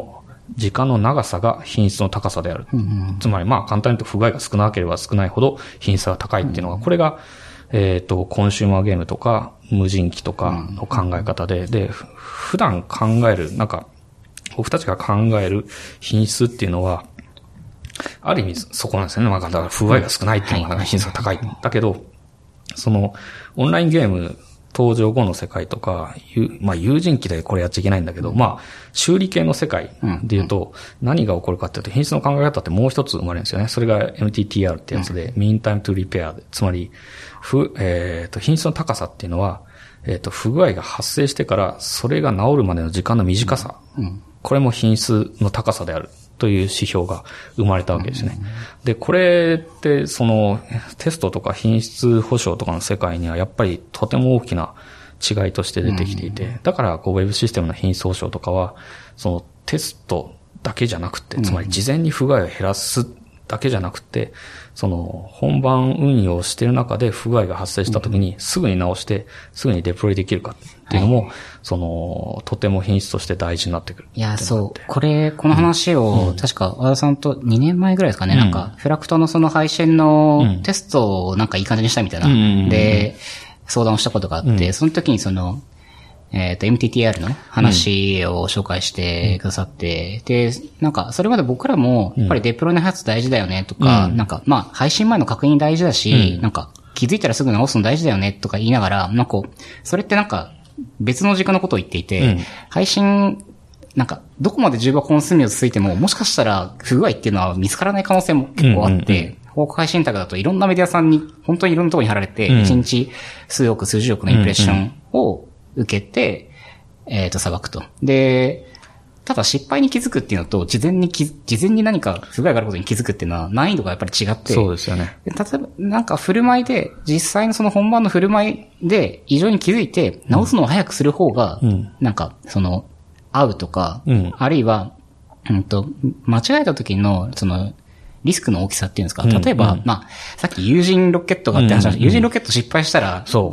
時間の長さが品質の高さである。うんうん、つまり、まあ、簡単に言うと不具合が少なければ少ないほど品質が高いっていうのが、これが、えっと、コンシューマーゲームとか、無人機とかの考え方で、で、普段考える、なんか、僕たちが考える品質っていうのは、ある意味そこなんですよね。まあ、だから不具合が少ないっていうのが品質が高い。だけど、その、オンラインゲーム登場後の世界とか、まあ、有人機でこれやっちゃいけないんだけど、まあ、修理系の世界で言うと、何が起こるかっていうと、品質の考え方ってもう一つ生まれるんですよね。それが エムティーティーアール ってやつで、Mean Time to Repair で、つまり、ふ、えっと、品質の高さっていうのは、えっと、不具合が発生してから、それが治るまでの時間の短さ。これも品質の高さである。という指標が生まれたわけですね。で、これって、その、テストとか品質保証とかの世界にはやっぱりとても大きな違いとして出てきていて、だからこうウェブシステムの品質保証とかは、そのテストだけじゃなくて、つまり事前に不具合を減らすだけじゃなくて、その本番運用している中で不具合が発生したときにすぐに直してすぐにデプロイできるかっていうのも、はい、そのとても品質として大事になってくる。 いや、そう。これ、この話を、うん、確か和田さんとにねんまえぐらいですかね、うん、なんかフラクトのその配信のテストをなんかいい感じにしたみたいな。うん、で、相談をしたことがあって、うん、その時にその、えっと、エムティーティーアール の話を紹介してくださって、うん、で、なんか、それまで僕らも、やっぱりデプロイの発大事だよねとか、うん、なんか、まあ、配信前の確認大事だし、うん、なんか、気づいたらすぐ直すの大事だよねとか言いながら、なんか、それってなんか、別の軸のことを言っていて、うん、配信、なんか、どこまで重箱の隅をついても、もしかしたら不具合っていうのは見つからない可能性も結構あって、うんうんうん、報告配信タグだといろんなメディアさんに、本当にいろんなところに貼られて、いちにち数億、数十億のインプレッションを受けて、えっと、裁くと。で、ただ失敗に気づくっていうのと、事前にき、事前に何か不具合があることに気づくっていうのは難易度がやっぱり違って。 そうですよね。 例えば、なんか振る舞いで、実際のその本番の振る舞いで異常に気づいて、直すのを早くする方が、うん、なんか、その、合うとか、うん、あるいは、うんと、間違えた時の、その、リスクの大きさっていうんですか。例えば、うんうん、まあ、さっき友人ロケットがあって話した、うんうん、友人ロケット失敗したら、 そう。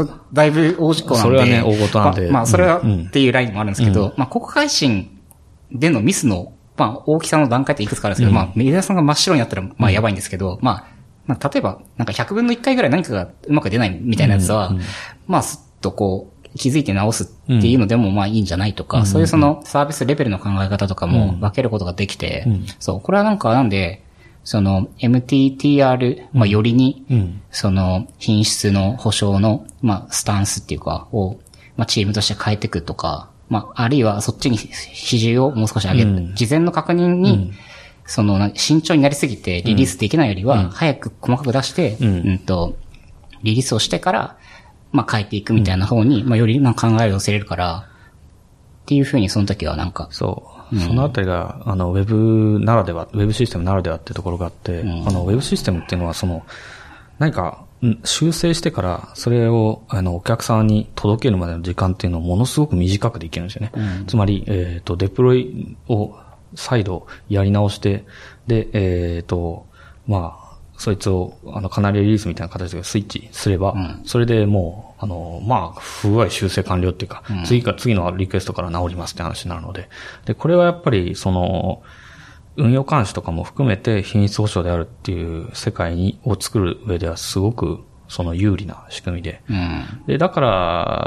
だいぶ大事故なんで。 それはね、大事なんで。 まあ、まあ、それはっていうラインもあるんですけど、うん、まあ、国配信でのミスの、まあ、大きさの段階っていくつかあるんですけど、うん、まあ、メディアさんが真っ白になったら、まあ、やばいんですけど、うん、まあ、まあ、例えば、なんかひゃくぶんのいっかいぐらい何かがうまく出ないみたいなやつは、うんうん、まあ、すっとこう、気づいて直すっていうのでもまあいいんじゃないとか、うん、そういうそのサービスレベルの考え方とかも分けることができて、うん、そう、これはなんかなんで、その エムティーティーアール、まあよりに、その品質の保証の、まあスタンスっていうか、を、まあチームとして変えていくとか、まああるいはそっちに比重をもう少し上げる。うん、事前の確認に、うん、その慎重になりすぎてリリースできないよりは、早く細かく出して、うん、うんと、リリースをしてから、まあ変えていくみたいな方に、うん、まあよりなんか考えを寄せれるから、っていうふうにその時はなんか。 そう。そのあたりが、あの、ウェブならでは、ウェブシステムならではっていうところがあって、うん、あの、ウェブシステムっていうのは、その、何か、修正してから、それを、あの、お客さんに届けるまでの時間っていうのをものすごく短くできるんですよね。うん、つまり、えっと、デプロイを再度やり直して、で、えっと、まあ、そいつを、あの、カナリリリースみたいな形でスイッチすれば、うん、それでもう、あの、まあ、不具合修正完了っていうか、うん、次か、次のリクエストから直りますって話になるので、で、これはやっぱり、その、運用監視とかも含めて品質保証であるっていう世界に、を作る上ではすごく、その有利な仕組みで、うん、で、だから、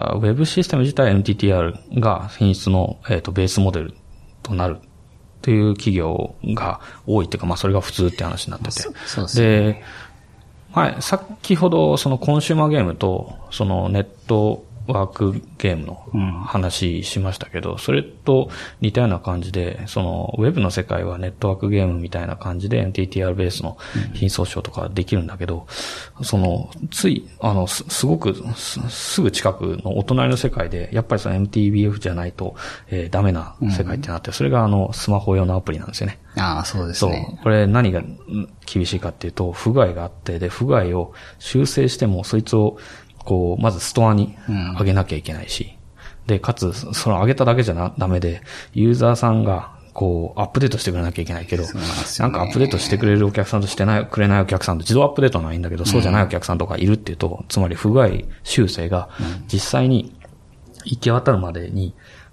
ウェブシステム自体 エムティーティーアール が品質の、えっと、ベースモデルとなる。という企業が多いっていうか、まあそれが普通って話になってて。 そうですね。 で、はい、先ほどそのコンシューマーゲームとそのネットワークゲームの話しましたけど、うん、それと似たような感じで、そのウェブの世界はネットワークゲームみたいな感じで エムティーティーアール ベースの品質保証とかできるんだけど、うん、そのついあのすすごくすすぐ近くのお隣の世界でやっぱりその エムティービーエフ じゃないと、えー、ダメな世界ってなって、うん、それがあのスマホ用のアプリなんですよね。 ああ、そうですね。 そう。これ何が厳しいかっていうと、不具合があって、で、不具合を修正しても、そいつを、こう、まずストアに上げなきゃいけないし、うん、で、かつ、その上げただけじゃな、ダメで、ユーザーさんが、こう、アップデートしてくれなきゃいけないけど、 な, なんかアップデートしてくれるお客さんとしてない、くれないお客さんと、自動アップデートはないんだけど、そうじゃないお客さんとかいるっていうと、つまり不具合修正が、実際に行き渡るまでに、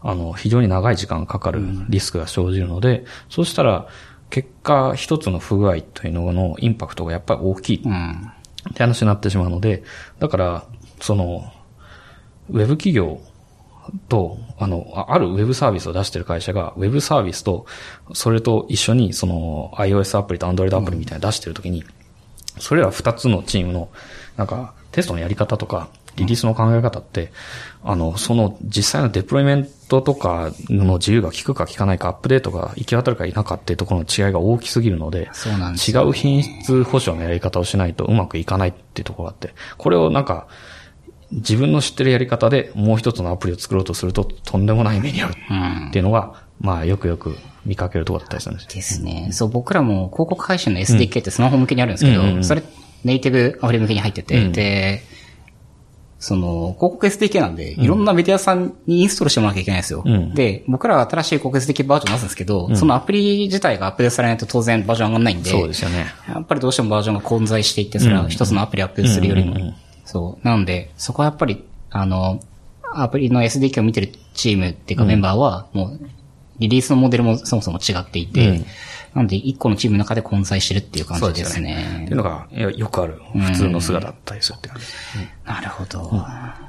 あの、非常に長い時間かかるリスクが生じるので、うん、そうしたら、結果一つの不具合というののインパクトがやっぱり大きいって話になってしまうので、だから、その、ウェブ企業と、あの、あるウェブサービスを出している会社が、ウェブサービスと、それと一緒に、その、iOS アプリと Android アプリみたいなの出しているときに、それら二つのチームの、なんか、テストのやり方とか、リリースの考え方って、あの、その実際のデプロイメントとかの自由が効くか効かないか、アップデートが行き渡るか否かっていうところの違いが大きすぎるので、 そうなんですよね、違う品質保証のやり方をしないとうまくいかないっていうところがあって、これをなんか、自分の知ってるやり方でもう一つのアプリを作ろうとするととんでもない目に遭うっていうのが、うん、まあよくよく見かけるところだったりするんですよ。 ですね。そう、僕らも広告配信の エスディーケー ってスマホ向けにあるんですけど、うんうんうん、それネイティブアプリ向けに入ってて、うん、で、その、広告 エスディーケー なんで、いろんなメディアさんにインストールしてもらわなきゃいけないんですよ。うん、で、僕らは新しい広告 エスディーケー バージョン出すんですけど、うん、そのアプリ自体がアップデートされないと当然バージョン上がんないんで、 そうですよね。 やっぱりどうしてもバージョンが混在していって、それは一つのアプリアップデートするよりも、うんうんうん、そう。なので、そこはやっぱり、あの、アプリの エスディーケー を見てるチームっていうかメンバーは、もう、リリースのモデルもそもそも違っていて、うん、なので、一個のチームの中で混在してるっていう感じですね。 そうですね。っていうのが、よくある、普通の姿だったりするって感じです、 うん。なるほど。うん、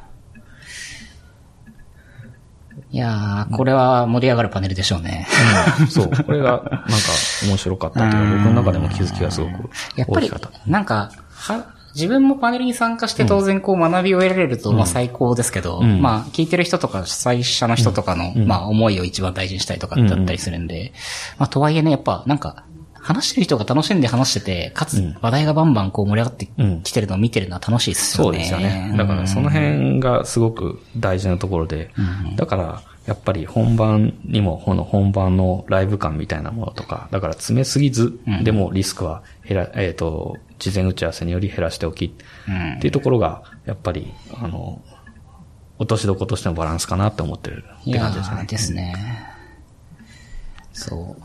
いやー、これは盛り上がるパネルでしょうね。 うん、そう。これが、なんか、面白かったっていうか、僕の中でも気づきがすごく大きかった。 やっぱり、なんか、は、自分もパネルに参加して当然こう学びを得られると、まあ最高ですけど、うん、まあ聞いてる人とか主催者の人とかの、うん、まあ思いを一番大事にしたいとかだったりするんで、まあとはいえね、やっぱなんか、話してる人が楽しんで話してて、かつ話題がバンバンこう盛り上がってきてるのを見てるのは楽しいですよね。 そうですよね。だからその辺がすごく大事なところで、うん、だからやっぱり本番にもこの本番のライブ感みたいなものとか、だから詰めすぎずでもリスクは減ら、えっと、事前打ち合わせにより減らしておきっていうところが、やっぱり、あの、落としどことしてのバランスかなって思ってるって感じですね。 いやですね。うん、そう。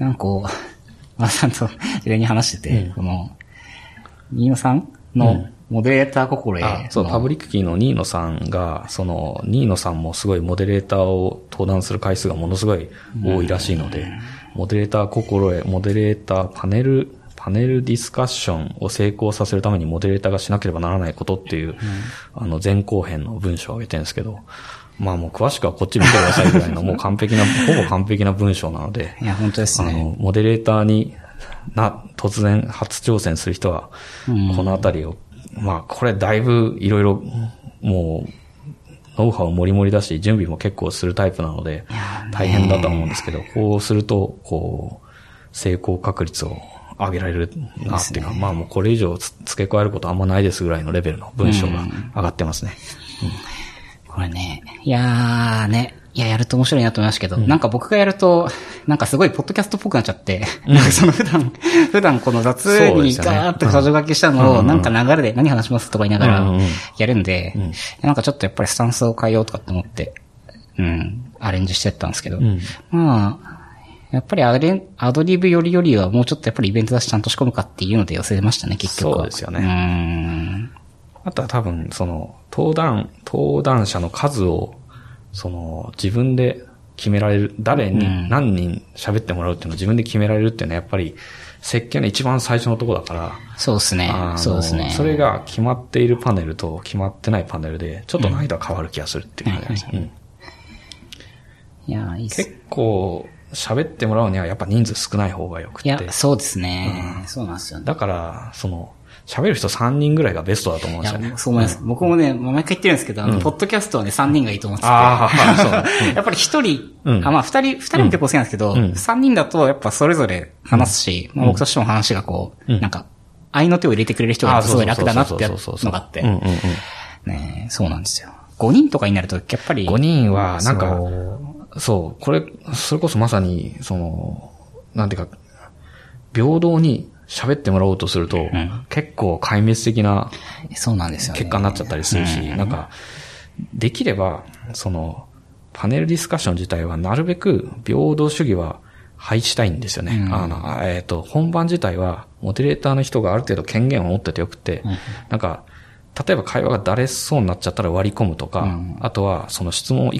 なんかこう、まあ、さんと事前に話してて、うん、この、新野さんのモデレーター心得、 うん、そう、パブリックキーの新野さんが、その、新野さんもすごいモデレーターを登壇する回数がものすごい多いらしいので、うん、モデレーター心得、モデレーターパネル、パネルディスカッションを成功させるためにモデレーターがしなければならないことっていう、うん、あの前後編の文章を挙げてるんですけど、まあもう詳しくはこっち見てくださいぐらいのもう完璧な、ほぼ完璧な文章なので、 いや本当ですね。 あの、モデレーターにな、突然初挑戦する人は、このあたりを、うん、まあこれだいぶいろいろもう、ノウハウもりもりだし、準備も結構するタイプなので、大変だと思うんですけど、こうすると、こう、成功確率を上げられるなっていうか、ね、まあもうこれ以上付け加えることあんまないですぐらいのレベルの文章が上がってますね。うんうん、 これね、いやーね、いややると面白いなと思いましたけど、うん、なんか僕がやると、なんかすごいポッドキャストっぽくなっちゃって、うん、なんかその普段、普段この雑にガーッと箇条書きしたのを、なんか流れで何話しますとか言いながらやるんで、うんうん、なんかちょっとやっぱりスタンスを変えようとかって思って、うん、アレンジしてったんですけど、うん、まあ、やっぱりアレン、アドリブよりよりはもうちょっとやっぱりイベントだしちゃんと仕込むかっていうので寄せましたね、結局は。 そうですよね。うんあとは多分、その、登壇、登壇者の数を、その、自分で決められる、誰に何人喋ってもらうっていうのを自分で決められるっていうのはやっぱり、設計の一番最初のところだから。 そうですね。そうですね。 それが決まっているパネルと決まってないパネルで、ちょっと難易度は変わる気がするっていう感じですね。うんうん、 いや、いいっすね。 結構、喋ってもらうにはやっぱ人数少ない方がよくて。 いや、そうですね。うん、そうなんですよね。 だから、その、喋る人さんにんぐらいがベストだと思うんですよね。 いや、そう思います。うん、僕もね、毎回言ってるんですけど、あの、うん、ポッドキャストはね、さんにんがいいと思ってて。ああ、そう。うん、やっぱりひとり、うん、あ、まあふたり、ふたりも結構好きなんですけど、うん、さんにんだとやっぱそれぞれ話すし、うん、まあ、僕としても話がこう、うん、なんか、合いの手を入れてくれる人がすごい楽だなってやつのがあって。ね、そうなんですよ。ごにんとかになると、やっぱり。 ごにんは、なんか、そう、これ、それこそまさに、その、なんていうか、平等に喋ってもらおうとすると、うん、結構壊滅的な、 そうなんですよね。 結果になっちゃったりするし、うん、なんか、できれば、その、パネルディスカッション自体はなるべく平等主義は廃止したいんですよね。うん、あの、えっと、本番自体は、モデレーターの人がある程度権限を持っててよくて、うん、なんか、例えば会話がだれそうになっちゃったら割り込むとか、うん、あとはその質問をいっこ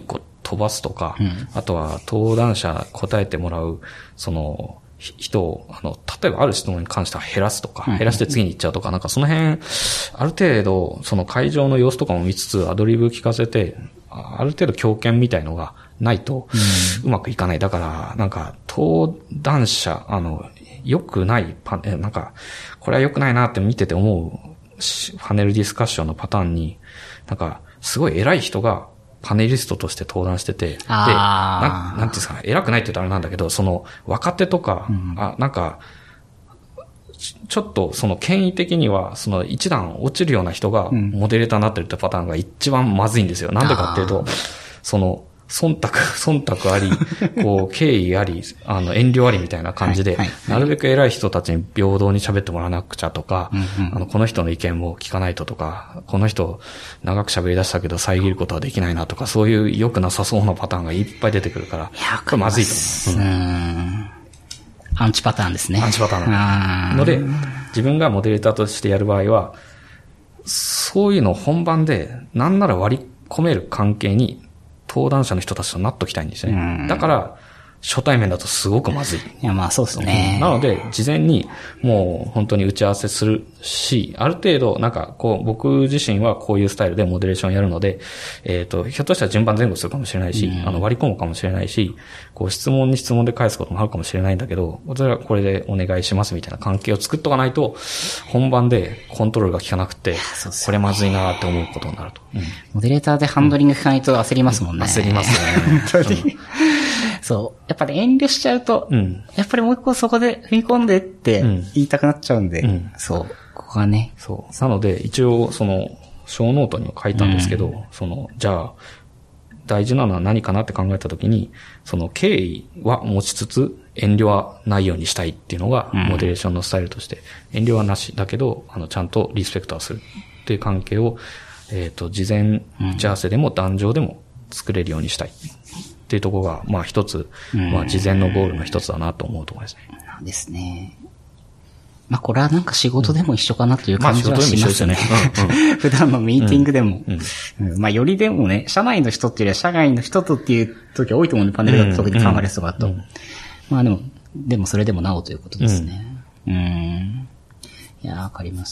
飛ばすとか、 うん、あとは登壇者答えてもらう、その、人を、あの、例えばある質問に関しては減らすとか、減らして次に行っちゃうとか、なんかその辺、ある程度、その会場の様子とかも見つつ、アドリブ聞かせて、ある程度強権みたいのがないと、うまくいかない。だから、なんか、登壇者、あの、良くないパネ、なんか、これは良くないなって見てて思う、パネルディスカッションのパターンに、なんか、すごい偉い人が、パネリストとして登壇してて、で、なん、なんていうんですかね、偉くないって言うとあれなんだけど、その、若手とか、うん、あ、なんか、ちょっとその権威的には、その一段落ちるような人がモデレーターになってるってパターンが一番まずいんですよ。なんでかっていうと、その、忖度、忖度あり、こう、敬意あり、あの、遠慮ありみたいな感じで、はいはいはい、なるべく偉い人たちに平等に喋ってもらわなくちゃとか、うんうん、あの、この人の意見も聞かないととか、この人長く喋り出したけど遮ることはできないなとか、そういう良くなさそうなパターンがいっぱい出てくるから、これまずいと思う。うん、 うんアンチパターンですね。 アンチパターン。ので、自分がモデレーターとしてやる場合は、そういうのを本番で、なんなら割り込める関係に、登壇者の人たちとなっときたいんですよね。だから、初対面だとすごくまずい。 いや、まあそうですね。 なので、事前にもう本当に打ち合わせするし、ある程度、なんか、こう、僕自身はこういうスタイルでモデレーションやるので、えっと、ひょっとしたら順番前後するかもしれないし、うん、あの、割り込むかもしれないし、こう、質問に質問で返すこともあるかもしれないんだけど、それはこれでお願いしますみたいな関係を作っとかないと、本番でコントロールが効かなくて、これまずいなって思うことになると。うん、 モデレーターでハンドリング効かないと焦りますもんね。 うん、焦りますね。 本当に。そう。やっぱり遠慮しちゃうと、うん、やっぱりもう一個そこで踏み込んでって言いたくなっちゃうんで、うん、そう。ここがね。 そう。なので、一応、その、小ノートにも書いたんですけど、うん、その、じゃあ、大事なのは何かなって考えたときに、その、敬意は持ちつつ、遠慮はないようにしたいっていうのが、モデレーションのスタイルとして、うん、遠慮はなしだけど、あの、ちゃんとリスペクトはするっていう関係を、えっと、事前打ち合わせでも壇上でも作れるようにしたい。っていうところが、まあ一つ、まあ事前のゴールの一つだなと思うところですね。 なんですね。まあこれはなんか仕事でも一緒かなという感じはしますね。まあ仕事でも一緒ですよね。普段のミーティングでも。うんうんうん、まあよりでもね、社内の人っていうよりは社外の人とっていう時多いと思うんで、パネルだった時にカンファレンスとかと。うんうん、まあでも、でもそれでもなおということですね。うん。うんいや、わかります。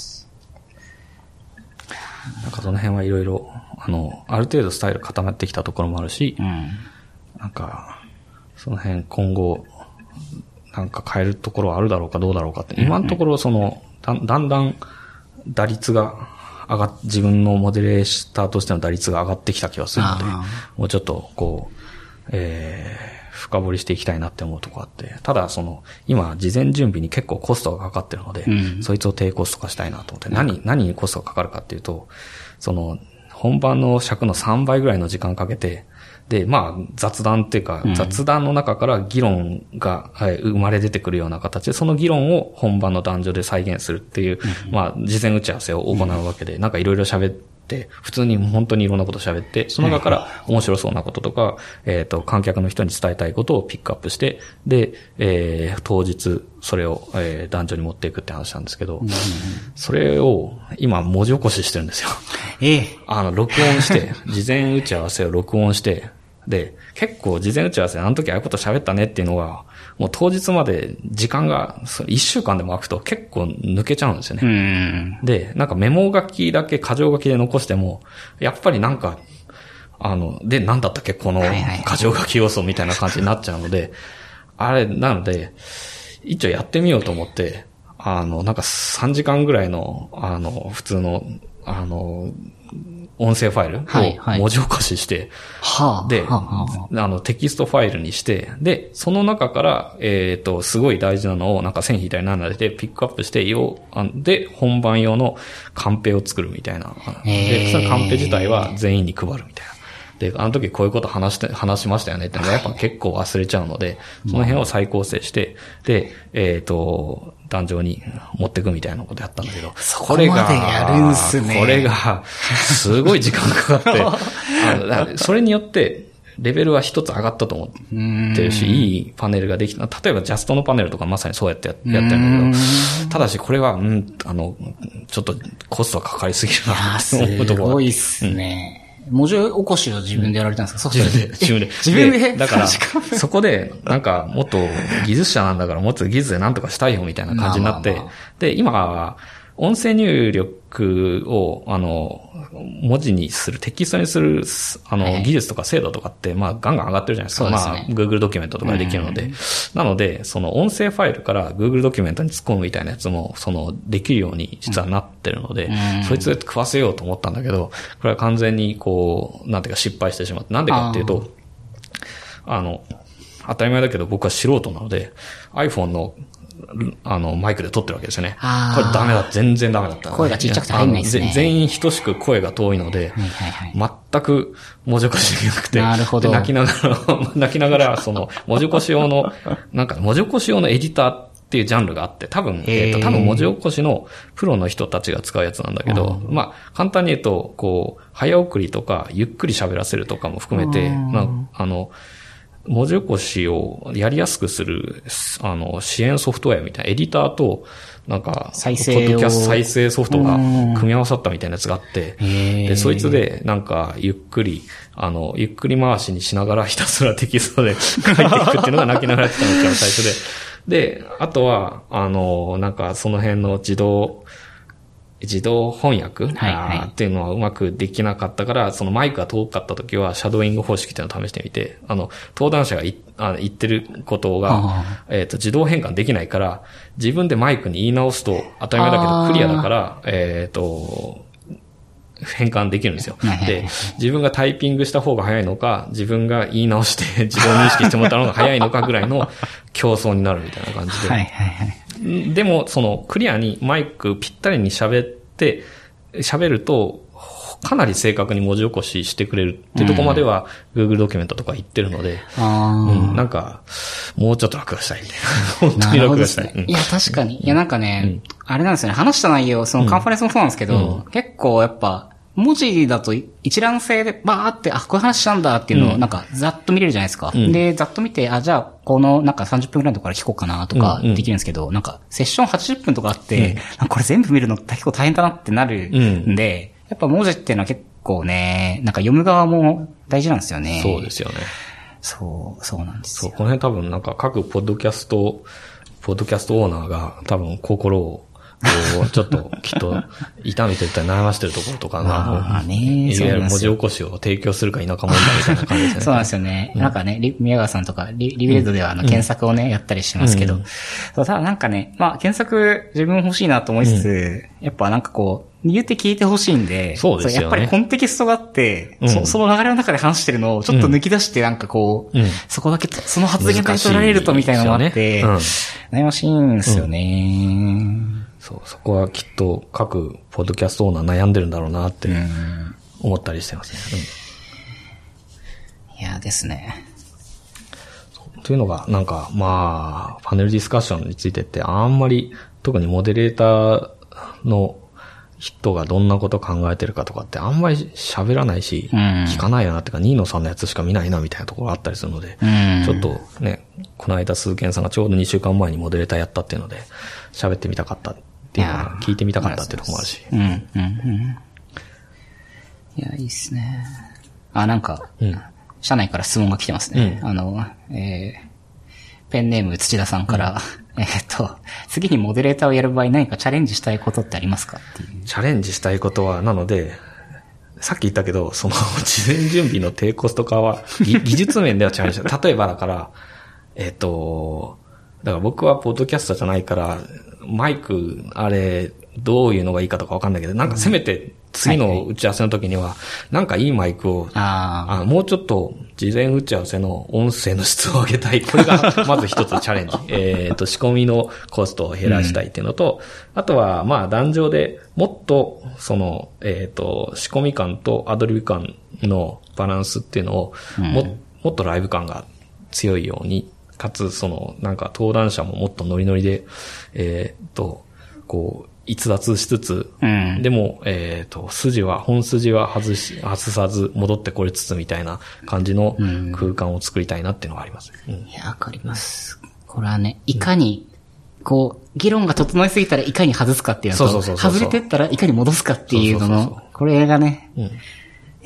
なんかその辺はいろいろ、あの、ある程度スタイル固まってきたところもあるし、うんなんか、その辺今後、なんか変えるところはあるだろうかどうだろうかって、今のところその、だ, だんだん打率が上がっ、自分のモデレーターとしての打率が上がってきた気がするので、もうちょっとこう、えー、深掘りしていきたいなって思うところあって、ただその、今事前準備に結構コストがかかってるので、うん、そいつを低コスト化したいなと思って、何、何にコストがかかるかっていうと、その、本番の尺のさんばいぐらいの時間かけて、で、まあ、雑談っていうか、うん、雑談の中から議論が、はい、生まれ出てくるような形で、その議論を本番の壇上で再現するっていう、うん、まあ、事前打ち合わせを行うわけで、うん、なんかいろいろ喋って、普通に本当にいろんなこと喋って、その中から面白そうなこととか、えっと、観客の人に伝えたいことをピックアップして、で、えー、当日、それを、えー、壇上に持っていくって話なんですけど、うん、それを今文字起こししてるんですよ。 ええ。 あの、録音して、事前打ち合わせを録音して、で、結構事前打ち合わせあの時ああいうこと喋ったねっていうのが、もう当日まで時間が、一週間でも空くと結構抜けちゃうんですよね。 うんで、なんかメモ書きだけ、箇条書きで残しても、やっぱりなんか、あの、で、なんだったっけこの箇条書き要素みたいな感じになっちゃうので、あれ、なので、一応やってみようと思って、あの、なんかさんじかんぐらいの、あの、普通の、あの、音声ファイルを文字起こしして、 はいはい、 で、 はあはあ、あの、テキストファイルにして、で、その中から、えっと、すごい大事なのを、なんか線引いたりなんだりでピックアップして、よ、で、本番用のカンペを作るみたいな。で、そのカンペ自体は全員に配るみたいな。で、あの時こういうこと話して、話しましたよねってのがやっぱ結構忘れちゃうので、その辺を再構成して、で、えっと、壇上に持っていくみたいなことやったんだけど、 これが、これがやるんすね。 これが、すごい時間かかって、あのそれによって、レベルは一つ上がったと思ってるし、いいパネルができた。例えばジャストのパネルとかまさにそうやってやってるんだけど、ただしこれは、うん、あの、ちょっとコストがかかりすぎるなって思うところ。 すごいっすね。 文字起こしを自分でやられたんですか、ソフトで。 自分で。 自分で。 だから、そこで、なんか、もっと技術者なんだから、もっと技術でなんとかしたいよみたいな感じになって、まあまあまあ、で、今は、音声入力を、あの、文字にする、テキストにする、あの、はい、技術とか精度とかって、まあ、ガンガン上がってるじゃないですか。すね、まあ、Google ドキュメントとかでできるので。うん、なので、その音声ファイルから Google ドキュメントに突っ込むみたいなやつも、その、できるように実はなってるので、うん、そいつで食わせようと思ったんだけど、これは完全にこう、なんていうか失敗してしまって、なんでかっていうと、あの、当たり前だけど僕は素人なので、iPhone のあの、マイクで撮ってるわけですよね。これダメだ、全然ダメだった。 声がちっちゃくて入んないですね。 全員等しく声が遠いので、はいはいはい、全く文字起こしできなくて、 なるほど。 泣きながら、泣きながら、その、文字起こし用の、なんか文字起こし用のエディターっていうジャンルがあって、多分、えっと、多分文字起こしのプロの人たちが使うやつなんだけど、まあ、簡単に言うと、こう、早送りとか、ゆっくり喋らせるとかも含めて、まあ、あの、文字起こしをやりやすくする、あの、支援ソフトウェアみたいな、エディターと、なんか、 再生ポッドキャスト再生ソフトが組み合わさったみたいなやつがあって、で、そいつで、なんか、ゆっくり、あの、ゆっくり回しにしながらひたすらテキストで書いていくっていうのが泣きながらやってたのが最初で。で、あとは、あの、なんか、その辺の自動、自動翻訳、はいはい、っていうのはうまくできなかったから、そのマイクが遠かった時は、シャドーイング方式っていうのを試してみて、あの、登壇者がいあ言ってることが、えっと、自動変換できないから、自分でマイクに言い直すと当たり前だけどクリアだから、えっと、変換できるんですよ。で、自分がタイピングした方が早いのか、自分が言い直して自動認識してもらったのが早いのかぐらいの競争になるみたいな感じで。はいはいはい。でも、その、クリアにマイクぴったりに喋って、喋ると、かなり正確に文字起こししてくれるってとこまでは、Google ドキュメントとか言ってるので、うんうん、なんか、もうちょっと楽がしたいみたいな。本当に楽がしたい。ねうん、 いや、確かに。いや、なんかね、うん、あれなんですよね、話した内容、そのカンファレンスもそうなんですけど、うん、結構やっぱ、文字だと一覧性でバーって、あ、こういう話したんだっていうのをなんかざっと見れるじゃないですか。うん、で、ざっと見て、あ、じゃあこのなんかさんじゅっぷんくらいのところから聞こうかなとかできるんですけど、うんうん、なんかセッションはちじゅっぷんとかあって、うん、これ全部見るの結構大変だなってなるんで、うん、やっぱ文字っていうのは結構ね、なんか読む側も大事なんですよね。 そうですよね。 そう、そうなんですよ。 そう、この辺多分なんか各ポッドキャスト、ポッドキャストオーナーが多分心をこう、ちょっと、きっと、痛めてたり悩ましてるところとかが、 まあね、 いわゆる文字起こしを提供するか否か問題みたいな感じですね。 そうなんですよね。うん、なんかね、宮川さんとか、リ, リビルドではあの、検索をね、うん、やったりしてますけど、うん、ただなんかね、まあ、検索自分欲しいなと思いつつ、うん、やっぱなんかこう、言って聞いてほしいんで、 そうですよね。 やっぱりコンテキストがあって、うん、そ, その流れの中で話してるのをちょっと抜き出してなんかこう、うん、そこだけ、その発言だけ取られるとみたいなのもあって、ねうん、悩ましいんですよね、うんそう、そこはきっと各ポッドキャストオーナー悩んでるんだろうなって思ったりしてますね。 うん、いやですね。 というのが、なんか、まあ、パネルディスカッションについてってあんまり、特にモデレーターの人がどんなこと考えてるかとかってあんまり喋らないし、うん、聞かないよなってか、ニーノさんのやつしか見ないなみたいなところがあったりするので、うん、ちょっとね、この間鈴賢さんがちょうどにしゅうかんまえにモデレーターやったっていうので、喋ってみたかったっていうのは聞いてみたかったっていうところもあるし。 うん、うん、うん。いや、いいっすね。あ、なんか、うん、社内から質問が来てますね。うん、あの、えー、ペンネーム土田さんから、うん、えっと、次にモデレーターをやる場合何かチャレンジしたいことってありますかっていう。 チャレンジしたいことは、なので、さっき言ったけど、その、事前準備の低コスト化は、技術面ではチャレンジした。例えばだから、えっと、だから僕はポッドキャストじゃないから、マイク、あれ、どういうのがいいかとかわかんないけど、なんかせめて次の打ち合わせの時には、なんかいいマイクを、あもうちょっと事前打ち合わせの音声の質を上げたい。これがまず一つチャレンジ。えっと、仕込みのコストを減らしたいっていうのと、うん、あとは、まあ、壇上でもっと、その、えっと、仕込み感とアドリブ感のバランスっていうのを、も、うん、もっとライブ感が強いように、かつ、その、なんか、登壇者ももっとノリノリで、えっと、こう、逸脱しつつ、うん、でも、えっと、筋は、本筋は外し、外さず、戻ってこれつつみたいな感じの空間を作りたいなっていうのがあります。 うん、いや、わかります。これはね、いかに、こう、議論が整いすぎたらいかに外すかっていうのと、そうそうそうそう外れてったらいかに戻すかっていうのの、そうそうそうそうこれがね、うん、い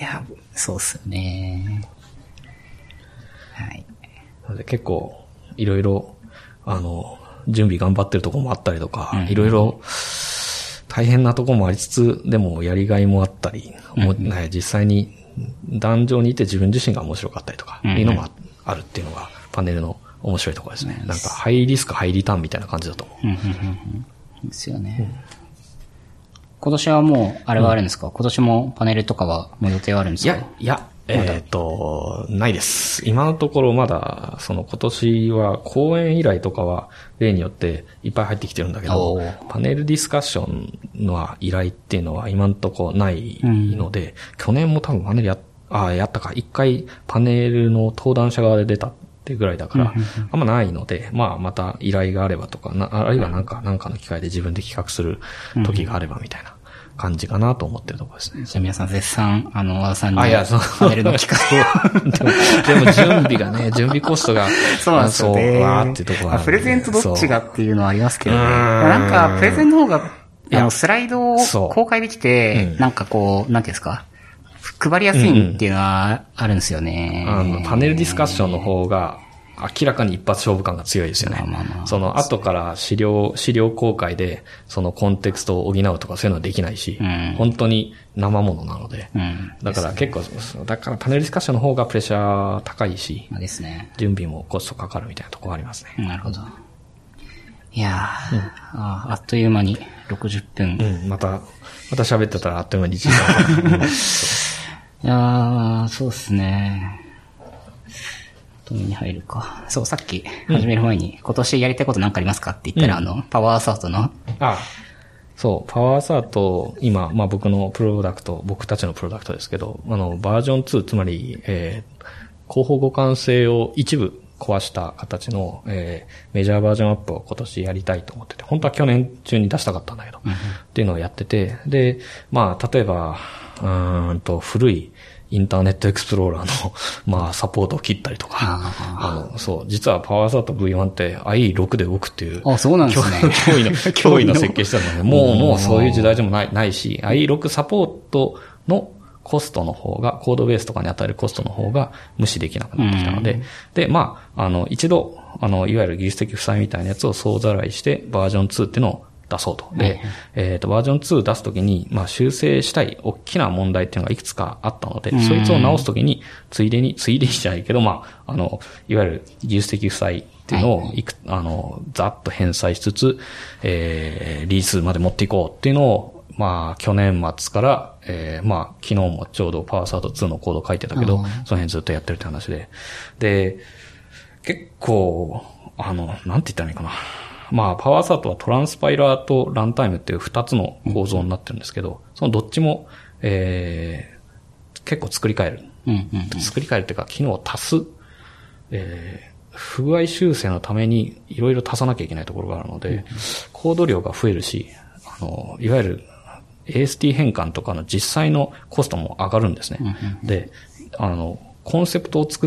や、そうっすよね。はい。 なので結構、いろいろ、あの、準備頑張ってるところもあったりとか、いろいろ大変なところもありつつ、でもやりがいもあったり、うんうん、ね、実際に壇上にいて自分自身が面白かったりとか、いうのもあるっていうのがパネルの面白いところですね。うん、なんかハイリスクハイリターンみたいな感じだと思う。うんうんうんうん、ですよね。うん、今年はもう、あれはあるんですか、うん、今年もパネルとかはもう予定はあるんですか？ いや、いや、えっと、ないです。今のところまだ、その今年は講演依頼とかは例によっていっぱい入ってきてるんだけど、パネルディスカッションの依頼っていうのは今のところないので、うん、去年も多分パネルや、あ、やったか、一回パネルの登壇者側で出たってぐらいだから、あんまないので、まあまた依頼があればとか、なあるいはなんか、なんかの機会で自分で企画する時があればみたいな。感じかなと思ってるところですね。 じゃあ皆さん絶賛、あの、和田さんに、あ、いや、そう。パネルの機会を。 でも、でも準備がね、準備コストが、 そうなんですよね。 そう、わーってところがある。 プレゼントどっちがっていうのはありますけどね。なんか、プレゼンの方が、あの、スライドを公開できて、うん、なんかこう、なんていうんですか、配りやすいっていうのはあるんですよね。 うんうん、あの、パネルディスカッションの方が、明らかに一発勝負感が強いですよね。まあまあまあ、その後から資料、資料公開で、そのコンテクストを補うとかそういうのはできないし、うん、本当に生ものなので、うん、だから結構、だからパネルディスカッションの方がプレッシャー高いし、 ですね、 準備もコストかかるみたいなところがありますね。 なるほど。いやー、うん、あ, あっという間にろくじゅっぷん。 うん、また、また喋ってたらあっという間にいちじかん。うん、いやー、そうですね。に入るか。そう、さっき始める前に、うん、今年やりたいこと何かありますかって言ったら、うん、あの、パワーアサートの。ああ、そう、パワーアサート、今、まあ僕のプロダクト、僕たちのプロダクトですけど、あの、バージョンツー、つまり、えー、広報互換性を一部壊した形の、えー、メジャーバージョンアップを今年やりたいと思ってて、本当は去年中に出したかったんだけど、うん、っていうのをやってて、で、まあ、例えば、うーんと、古い、インターネットエクスプローラーの、まあ、サポートを切ったりとか、あの、そう、実はパワーアサート ブイワン って アイイーシックス で動くっていう。 あ、そうなんですね。 脅威の、脅威の設計してたので、もう、もうそういう時代でもない、ないし、アイイーシックス サポートのコストの方が、コードベースとかに与えるコストの方が無視できなくなってきたので、で、まあ、あの、一度、あの、いわゆる技術的負債みたいなやつを総ざらいして、バージョンツーっていうのを出そうと。で、うん、えっ、ー、と、バージョンツー出すときに、まあ、修正したい大きな問題っていうのがいくつかあったので、うん、そいつを直すときに、ついでに、ついでにじゃないけど、まあ、あの、いわゆる技術的負債っていうのをいく、はい、あの、ざっと返済しつつ、えー、リリースまで持っていこうっていうのを、まあ、去年末から、えー、まあ、昨日もちょうどパワーサートツーのコード書いてたけど、その辺ずっとやってるって話で。で、結構、あの、なんて言ったらいいかな。まあ、パワーサートはトランスパイラーとランタイムっていう二つの構造になってるんですけど、そのどっちも、えー、結構作り変える。うんうんうん、作り変えるっていうか、機能を足す、えー、不具合修正のためにいろいろ足さなきゃいけないところがあるので、うんうん、コード量が増えるし、あの、いわゆる エーエスティー 変換とかの実際のコストも上がるんですね。うんうんうん、で、あの、コンセプトを作って、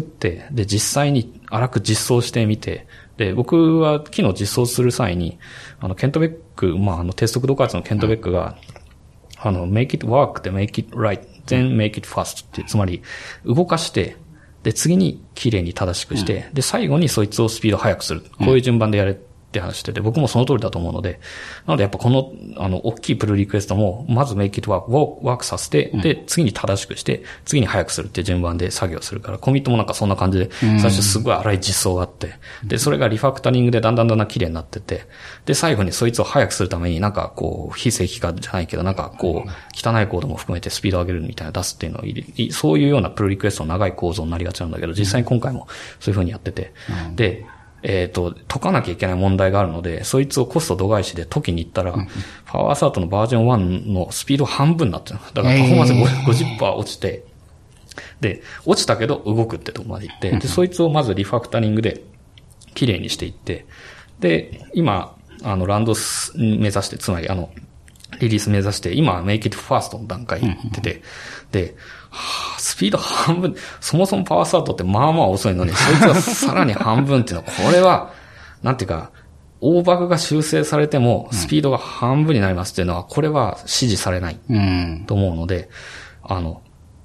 で、実際に荒く実装してみて、で、僕は機能実装する際に、あの、ケントベック、まあ、あの、テスト駆動開発のケントベックが、あの、make it work で make it right, then make it fast って、つまり、動かして、で、次に綺麗に正しくして、で、最後にそいつをスピード速くする。こういう順番でやれって話してて、僕もその通りだと思うので、なのでやっぱこの、あの、大きいプルリクエストも、まず make it work をワークさせて、で、次に正しくして、次に早くするっていう順番で作業するから、コミットもなんかそんな感じで、最初すごい荒い実装があって、で、それがリファクタリングでだんだんだんだん綺麗になってて、で、最後にそいつを早くするためになんかこう、非正規化じゃないけど、なんかこう、汚いコードも含めてスピードを上げるみたいな出すっていうのを入れ、そういうようなプルリクエストの長い構造になりがちなんだけど、実際に今回もそういう風にやってて、で、えっと、解かなきゃいけない問題があるので、そいつをコスト度外視で解きに行ったら、うん、パワーサートのバージョンワンのスピード半分になってる。だからパフォーマンス ごじゅっパーセント 落ちて、で、落ちたけど動くってとこまで行って、で、そいつをまずリファクタリングで綺麗にしていって、で、今、あの、ランドス目指して、つまりあの、リリース目指して、今、メイキットファーストの段階行ってて、で、はあ、スピード半分、そもそもパワーサートってまあまあ遅いのに、そいつがさらに半分っていうのは、これは、なんていうか、大バグが修正されても、スピードが半分になりますっていうのは、これは支持されないと思うので、あの、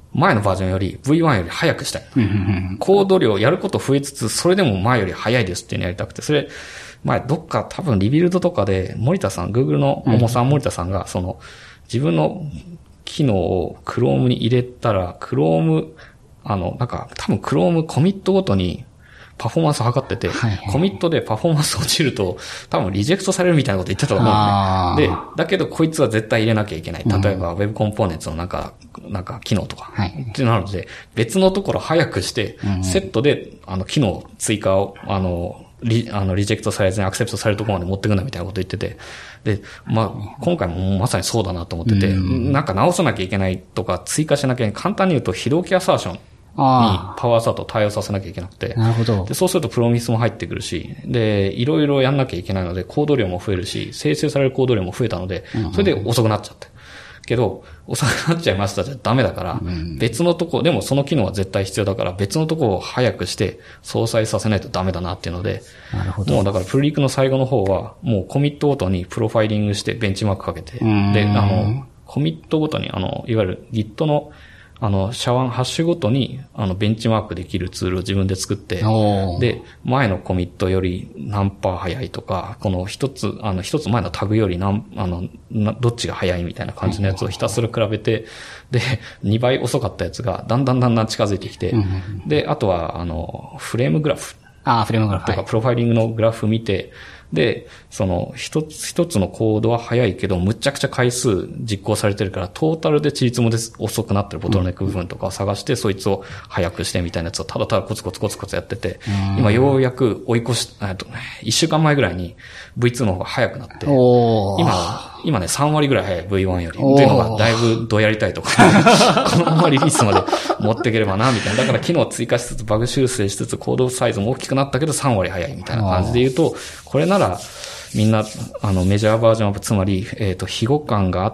前のバージョンより ブイワン より早くしたい。コード量やること増えつつ、それでも前より早いですっていうのやりたくて、それ、前どっか多分リビルドとかで森田さん、Google の重さん森田さんが、その、自分の機能を Chrome に入れたら、Chrome、あの、なんか多分 Chrome コミットごとにパフォーマンスを測ってて、はいはい、コミットでパフォーマンス落ちると、多分リジェクトされるみたいなこと言ってたと思うんで、ね、で、だけどこいつは絶対入れなきゃいけない。例えば Web コンポーネンツのなんか、なんか機能とか、はい、ってなので、別のところ早くして、セットで、あの、機能追加を、あの、リ、あの、リジェクトされずにアクセプトされるところまで持ってくんだみたいなこと言ってて、で、まあ、今回もまさにそうだなと思ってて、なんか直さなきゃいけないとか追加しなきゃいけない。簡単に言うと、非同期アサーション。にパワーアサートを対応させなきゃいけなくて。 なるほど。 で、そうするとプロミスも入ってくるし、で、いろいろやんなきゃいけないので、コード量も増えるし、生成されるコード量も増えたので、それで遅くなっちゃって。けど、遅くなっちゃいましたじゃダメだから、別のとこ、でもその機能は絶対必要だから、別のとこを早くして相殺させないとダメだなっていうので、 なるほど。 もうだからプルリクの最後の方は、もうコミットごとにプロファイリングしてベンチマークかけて、で、あの、コミットごとに、あの、いわゆる Git のあの、シャワン、ハッシュごとに、あの、ベンチマークできるツールを自分で作って、で、前のコミットより何パー早いとか、この一つ、あの、一つ前のタグより何、あの、どっちが早いみたいな感じのやつをひたすら比べて、で、にばい遅かったやつがだんだんだんだん近づいてきて、で、あとは、あの、フレームグラフ。 ああ、フレームグラフ。 とか、プロファイリングのグラフ見て、で、その、一つ一つのコードは早いけど、むっちゃくちゃ回数実行されてるから、トータルでチリツモで遅くなってるボトルネック部分とかを探して、うん、そいつを早くしてみたいなやつをただただコツコツコツコツやってて、今ようやく追い越し、えっとね、一週間前ぐらいに ブイツー の方が早くなって、今、今ね、さんわりぐらい早い ブイワン より。っていうのが、だいぶどうやりたいとか、このままリリースまで持っていければな、みたいな。だから機能を追加しつつ、バグ修正しつつ、コードサイズも大きくなったけどさんわり早いみたいな感じで言うと、これなら、みんな、あの、メジャーバージョンアップ、つまり、えっと、庇護感があって、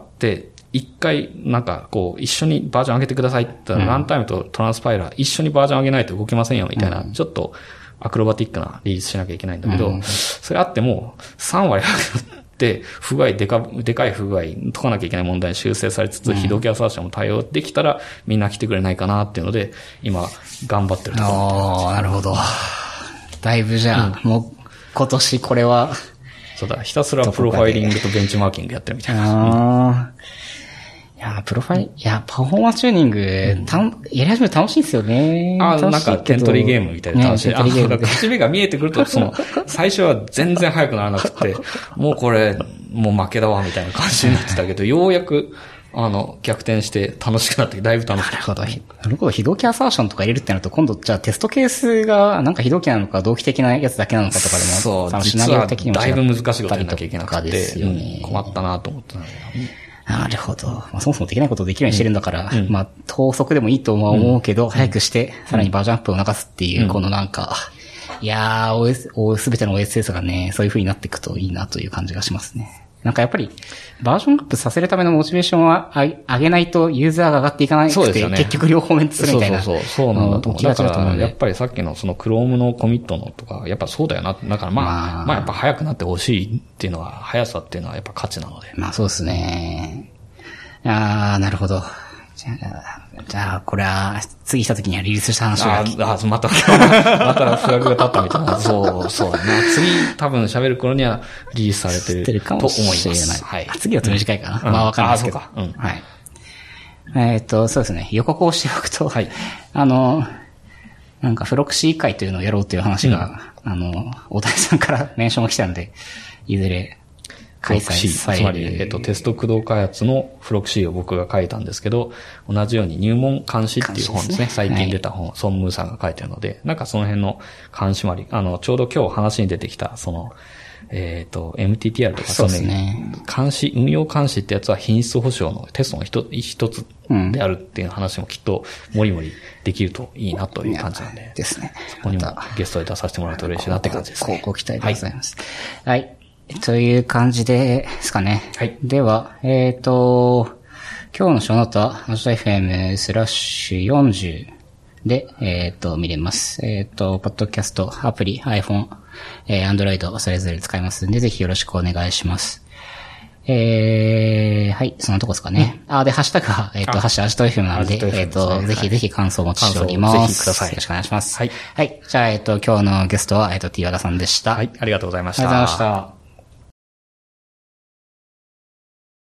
一回、なんか、こう、一緒にバージョン上げてくださいって言ったら、ランタイムとトランスパイラー、一緒にバージョン上げないと動けませんよ、みたいな、ちょっと、アクロバティックなリリースしなきゃいけないんだけど、それあっても、さんわり早くなって、不具合、でか、でかい不具合、解かなきゃいけない問題に修正されつつ、非同期アサーションも対応できたら、みんな来てくれないかなっていうので、今、頑張ってるところ。 ああ、なるほど。だいぶじゃあ、うん、もう、今年これは、 そうだ、ひたすらプロファイリングとベンチマーキングやってるみたいな。 ああ。いや、プロファイ、いや、パフォーマンスチューニング、うん、たんやり始めて楽しいんですよね。 ああ、なんかテントリーゲームみたいな楽しい。ね、ああ、勝ち目が見えてくると、その、最初は全然速くならなくて、もうこれ、もう負けだわ、みたいな感じになってたけど、ようやく、あの、逆転して楽しくなって、だいぶ楽しくなった。 なるほど。なるほど。非同期アサーションとか入れるってなると、今度、じゃあテストケースが、なんか非同期なのか、同期的なやつだけなのかとかでも、 そう、実はだいぶ難しいことやらなきゃいけなくて、ですよね、うん、困ったなと思ったんだけどね。 なるほど。まあ、そもそもできないことをできるようにしてるんだから、うん、まあ、等速でもいいとは思うけど、うん、早くして、さらにバージョンアップを促すっていう、うん、このなんか、いやー、オーエス、すべての オーエスエス がね、そういう風になっていくといいなという感じがしますね。なんかやっぱり、バージョンアップさせるためのモチベーションは上げないとユーザーが上がっていかないくて、ね、結局両方面するみたいな。 そうそうそう。そうなんだと思う。だから、やっぱりさっきのその Chrome のコミットのとか、やっぱそうだよな。だからまあ、まあ、まあやっぱ早くなってほしいっていうのは、速さっていうのはやっぱ価値なので。 まあそうですね。ああ、なるほど。じゃあ、じゃあ、これは、次した時にはリリースした話が。 ああ、また、またフラグが立ったみたいな。そう、そうだな。次、多分喋る頃にはリリースされてると思います。 はい。次はと短いかな。うん、まあわかんないですけど。あ、そうか。うん。はい。えっと、そうですね。予告をしておくと、はい。あの、なんか、フロクシー会というのをやろうという話が、うん、あの、大谷さんからメンションが来たんで、いずれ、開催される。 つまり、えっと、テスト駆動開発のフロクシーを僕が書いたんですけど、同じように入門監視っていう本ですね。最近出た本、ソンムーさんが書いてるので、なんかその辺の監視まり、あの、ちょうど今日話に出てきた、その、えっと、エムティーティーアール とか、 そうですね。 監視、運用監視ってやつは品質保証のテストの一つ、一つであるっていう話もきっと、もりもりできるといいなという感じなんで。 ですね。 そこにもゲストで出させてもらうと嬉しいなって感じですね。 ご期待でございます。はい。はいという感じですかね。はい。では、えっと、今日のショーノートは、アジト エフエム スラッシュよんじゅうで、えっと、見れます。えっと、ポッドキャスト、アプリ、iPhone、えー、Android、それぞれ使えますんで、ぜひよろしくお願いします。 えー、はい、そのとこですかね。うん、あ、で、ハッシュタグは、えっ、ー、と、ハッシュアジト エフエム なので、でね、えっ、ー、と、はい、ぜひぜひ感想をお待ちしております。 ぜひください。 よろしくお願いします。 はい。 はい。じゃあ、えっ、ー、と、今日のゲストは、えっ、ー、と、ティワダさんでした。 はい、ありがとうございました。 ありがとうございました。